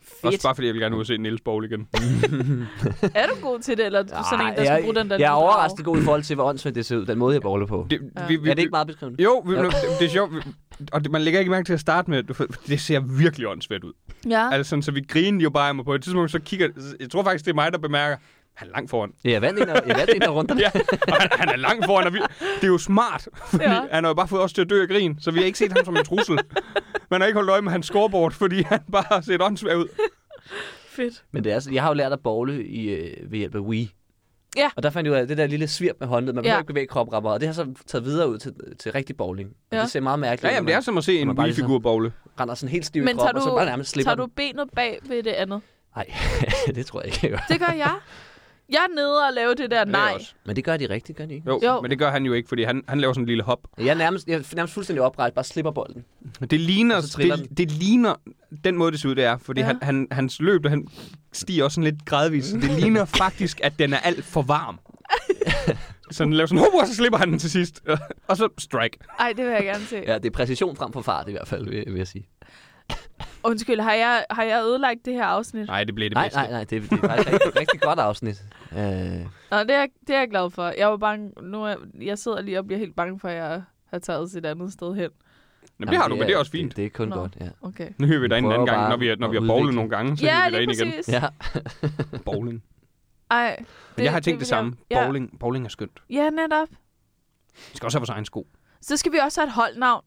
Også bare fordi, jeg vil gerne ud og se Niels Bowl igen. Er du god til det, eller er du sådan en, der skal bruge den der... Jeg er lille overraskende god i forhold til, hvor åndssvagt det ser ud, den måde, jeg bowler på. Det, Ja. vi, vi, Er det ikke meget beskrivende? Jo, vi, det, det er sjovt. Vi, og det, man lægger ikke mærke til at starte med, du, det ser virkelig åndssvært ud. drag? Ja. Altså sådan, så vi griner jo bare af mig på et tidspunkt, så kigger... Jeg tror faktisk, det er mig, der bemærker, han er langt foran. Ja, jeg vandt en af, jeg vandt en af runderne. Ja, og han, han er langt foran, og vi, det er jo smart, fordi Ja. ja. han har jo bare fået os til at dø af grin, så vi har ikke set ham som en trussel. Man har ikke holdt øje med hans scoreboard, fordi han bare har set åndssvagt ud. Fedt. Men det er altså, jeg har jo lært at bowle i, øh, ved hjælp af Wii. Ja. Og der fandt jeg ud af, det der lille svirp med håndled, man behøver Ja. ikke bevæge kroprapper, og det har så taget videre ud til, til rigtig bowling. Og Ja. det ser meget mærkeligt Ja, jamen, det er som at se man en bare ligesom- Wii-figur bowle. render sådan helt stiv i Men tager kroppen, og så du, bare nærmest slipper tager du benet bag ved det andet? Nej, det tror jeg ikke, jeg gør. Det gør jeg. Jeg er nede og lave det der Det er nej. også. Men det gør de rigtigt, gør de ikke? Jo, Jo. jo, men det gør han jo ikke, fordi han, han laver sådan en lille hop. Jeg er nærmest, jeg er nærmest fuldstændig oprejst, bare slipper bolden. Det ligner, Og så triller det, det ligner den måde, det ser ud, det er. Fordi Ja. ja. han, han, hans løb, han stiger også sådan lidt gradvist. Det ligner faktisk, at den er alt for varm. Så den laver sådan, hop, og så slipper han den til sidst. Og så strike. Ej, det vil jeg gerne se. Ja, det er præcision frem for fart i hvert fald, vil, vil jeg sige. Undskyld, har jeg, har jeg ødelagt det her afsnit? Nej, det blev det Nej, bedste. nej, nej, det, det er faktisk et rigtig, rigtig godt afsnit. Uh, Nå, det er, det er jeg glad for. Jeg var bange, nu er, jeg sidder lige og bliver helt bange for, at jeg har taget et andet sted hen. Jamen, det har du, men det er også fint. Det, det er kun Nå. godt, ja. Okay. Nu hører vi dig ind en anden prøver gang, bare når vi, er, når vi at har bowlet udvikle. nogle gange. Så Ja, hører vi dig lige ind igen. præcis. Ja. Bowling. Ej, Men jeg har tænkt vil det samme. jeg- Ja. Bowling, bowling er skønt. Ja, netop. Vi skal også have vores egen sko. Så skal vi også have et holdnavn.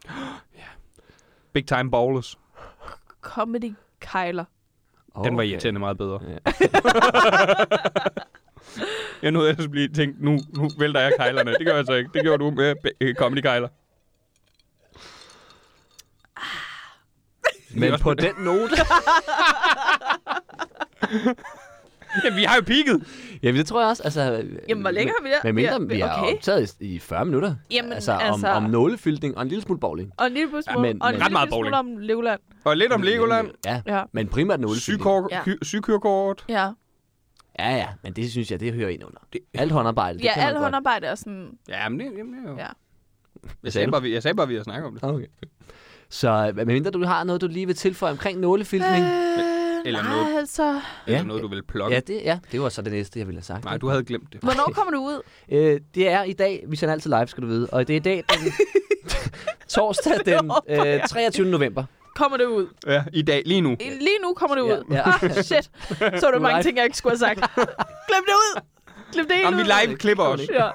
Big Time Bowlers. Comedy Kejler. Den var irriterende meget bedre. Ja. Jeg nåede ellers at blive tænkt, nu, nu vælter jeg kejlerne. Det gør jeg så ikke. Det gjorde du med uh, Comedy Kejler. Men på den note... Ja, vi har jo peaked. Jamen, det tror jeg også. Altså, Jamen, hvor længe har vi der? Med mindre, Ja, vi har okay. optaget i, i fyrre minutter. Jamen, altså, altså- Om, om nålefyldning og en lille smule bowling. Og en lille smule, Ja, men- og en men- lille ret meget smule om Legoland. Og lidt om Legoland. Ja, Ja. men primært nålefyldning. Ja. Sygekørkort. Ja, Ja, ja, men det synes jeg, det hører ind under. Det- Alt håndarbejde, det ja kan man alt godt. håndarbejde er sådan... Ja, men det, jamen, det er jo... Ja. Jeg sagde, bare, vi, jeg sagde bare, at vi har snakket om det. Okay. Så medmindre du har noget, du lige vil tilføje omkring nålefyldning. Øh, Eller nej, noget. altså... Eller Ja. noget, du vil plukke. Ja, det, ja, det var så det næste, jeg ville have sagt. Nej, du havde glemt det. Hvornår kommer du ud? Øh, det er i dag, vi sender altid live, skal du vide. Og det er i dag, den torsdag den øh, treogtyvende november. Kommer det ud? Ja, i dag, lige nu. Lige nu kommer det ud. Ja, ja. Ah, shit. Så var der mange Live. ting, jeg ikke skulle have sagt. Glem det ud! Glem det helt Jamen, vi ud! live klipper os. Ja.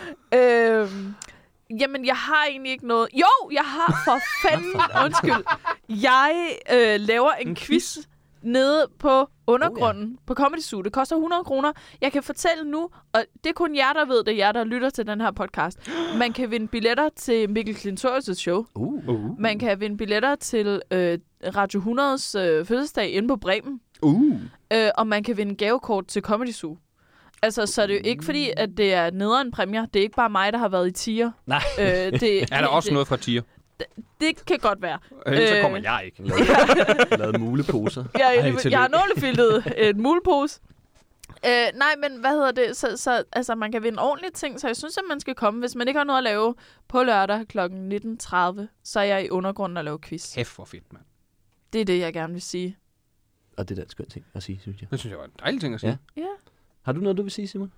Øhm, jamen, jeg har egentlig ikke noget... Jo, jeg har for fanden... Undskyld. Jeg øh, laver en, En en quiz? quiz nede på undergrunden oh, ja. på Comedy Zoo. Det koster hundrede kroner. Jeg kan fortælle nu, og det er kun jer, der ved det, jer, der lytter til den her podcast. Man kan vinde billetter til Mikkel Klintorius' show. Uh. Uh. Man kan vinde billetter til øh, Radio hundredes øh, fødselsdag inde på Bremen. Uh. Øh, og man kan vinde gavekort til Comedy Zoo. Altså, så er det jo ikke fordi, at det er nederen præmier. Det er ikke bare mig, der har været i tier. Nej. Øh, det, Er der også det, noget fra Tier? Det kan godt være. Ellers så Øh, kommer jeg ikke. Lavet muleposer. Jeg, Ej, jeg, tillykke. jeg har nålefiltet en mulepose. Øh, nej, men hvad hedder det? Så, så altså, man kan vinde ordentlige ting, så jeg synes, at man skal komme. Hvis man ikke har noget at lave på lørdag klokken nitten tredive, så er jeg i undergrunden og laver quiz. Hæft for fedt, mand. Det er det, jeg gerne vil sige. Og det er da en skøn ting at sige, synes jeg. Det synes jeg var en dejlig ting at sige. Ja. Ja. Har du noget, du vil sige, Simon?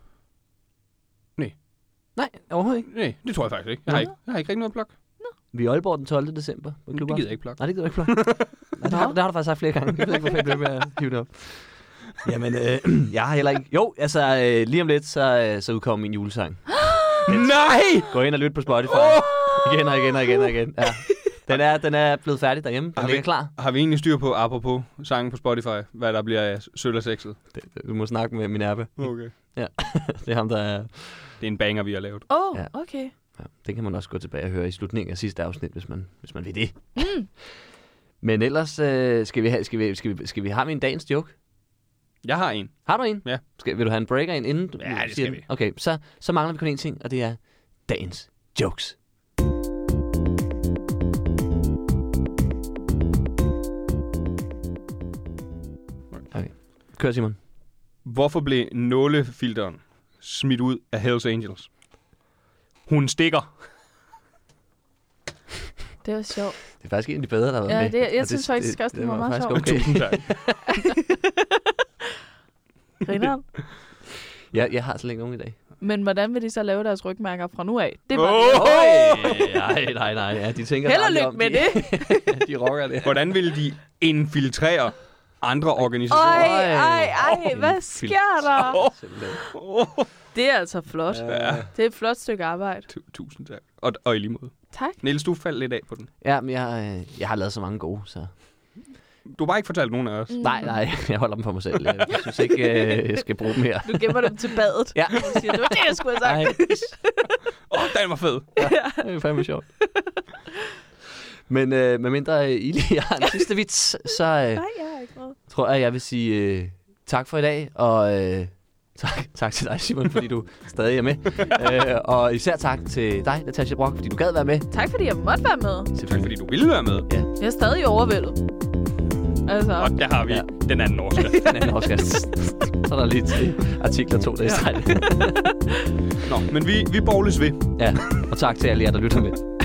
Nej. Nej, overhovedet ikke. Nej, det tror jeg faktisk ikke. Jeg har ikke, jeg har ikke rigtig noget plok. Vi er i Aalborg den tolvte december på Det klubben. gider jeg ikke plok. Nej, det gider du ikke plok. Nej, det, har, det har du faktisk sagt flere gange. Jeg ved ikke, hvorfor jeg blev ved at hive det op. Jamen, øh, jeg har heller ikke... Jo, altså, øh, lige om lidt, så, øh, så udkommer min julesang. Nej! Gå ind og lyt på Spotify. Igen og igen og igen og igen. Ja. Den er, den er blevet færdig derhjemme. Den Har vi- ligger klar. Har vi egentlig styr på, apropos sangen på Spotify, hvad der bliver af sølv og sexet? Det, du må snakke med min appe. Okay. Det er ham, der er... Det er en banger, vi har lavet. Åh, oh, Ja. okay. Ja, det kan man også gå tilbage og høre i slutningen af sidste afsnit, hvis man, hvis man vil det. Mm. Men ellers øh, skal, vi have, skal, vi, skal, vi, skal vi have med en dagens joke. Jeg har en. Har du en? Ja. Skal, vil du have en breaker ind inden? Du, Ja, det siger skal den? vi. Okay, så, så mangler vi kun en ting, og det er dagens jokes. Okay. Kør, Simon. Hvorfor blev nålefilteren smidt ud af Hells Angels? Hun stikker. Det var sjovt. Det er faktisk en af de bedre, der har været Ja, med. det, jeg Og synes faktisk også, det var meget faktisk sjovt. okay. Tusind tak. Grineren. Ja, jeg har så længe nogen i dag. Men hvordan vil de så lave deres rygmærker fra nu af? Det er bare Åh! det. Øj, nej, nej, nej. Ja, de tænker Held og aldrig lykke om, med de, det. de rocker det. Hvordan vil de infiltrere andre organisationer? Ej, ej, ej, hvad En sker film. der? Simpelthen. Det er altså flot. Ja. Det er et flot stykke arbejde. Tu- Tusind tak. Og, og i lige måde. Tak. Niels, du faldt lidt af på den. Ja, men jeg, øh, jeg har lavet så mange gode, så... Du har bare ikke fortalt nogen af os. Mm. Nej, nej, jeg holder dem for mig selv. Jeg synes ikke, øh, jeg skal bruge dem her. Du gemmer dem til badet. Ja. Du siger, det var det, jeg skulle have Nej, sagt. Åh, oh, den var fed. det er fandme sjovt. Men øh, medmindre øh, I lige har en sidste vits, så øh, Nej, jeg har ikke noget. tror jeg, jeg vil sige øh, tak for i dag, og øh, tak, tak til dig, Simon, fordi du stadig er med. øh, og især tak til dig, Natasha Brock, fordi du gad være med. Tak, fordi jeg måtte være med. Tak fordi du ville være med. Jeg er stadig overvældet. Altså, Og der har vi Ja. den anden overskrift. Den anden overskrift. Så er der lige til artikler to dage i streg. Nå, men vi, vi borges ved. Ja, og tak til alle jer, der lytter med.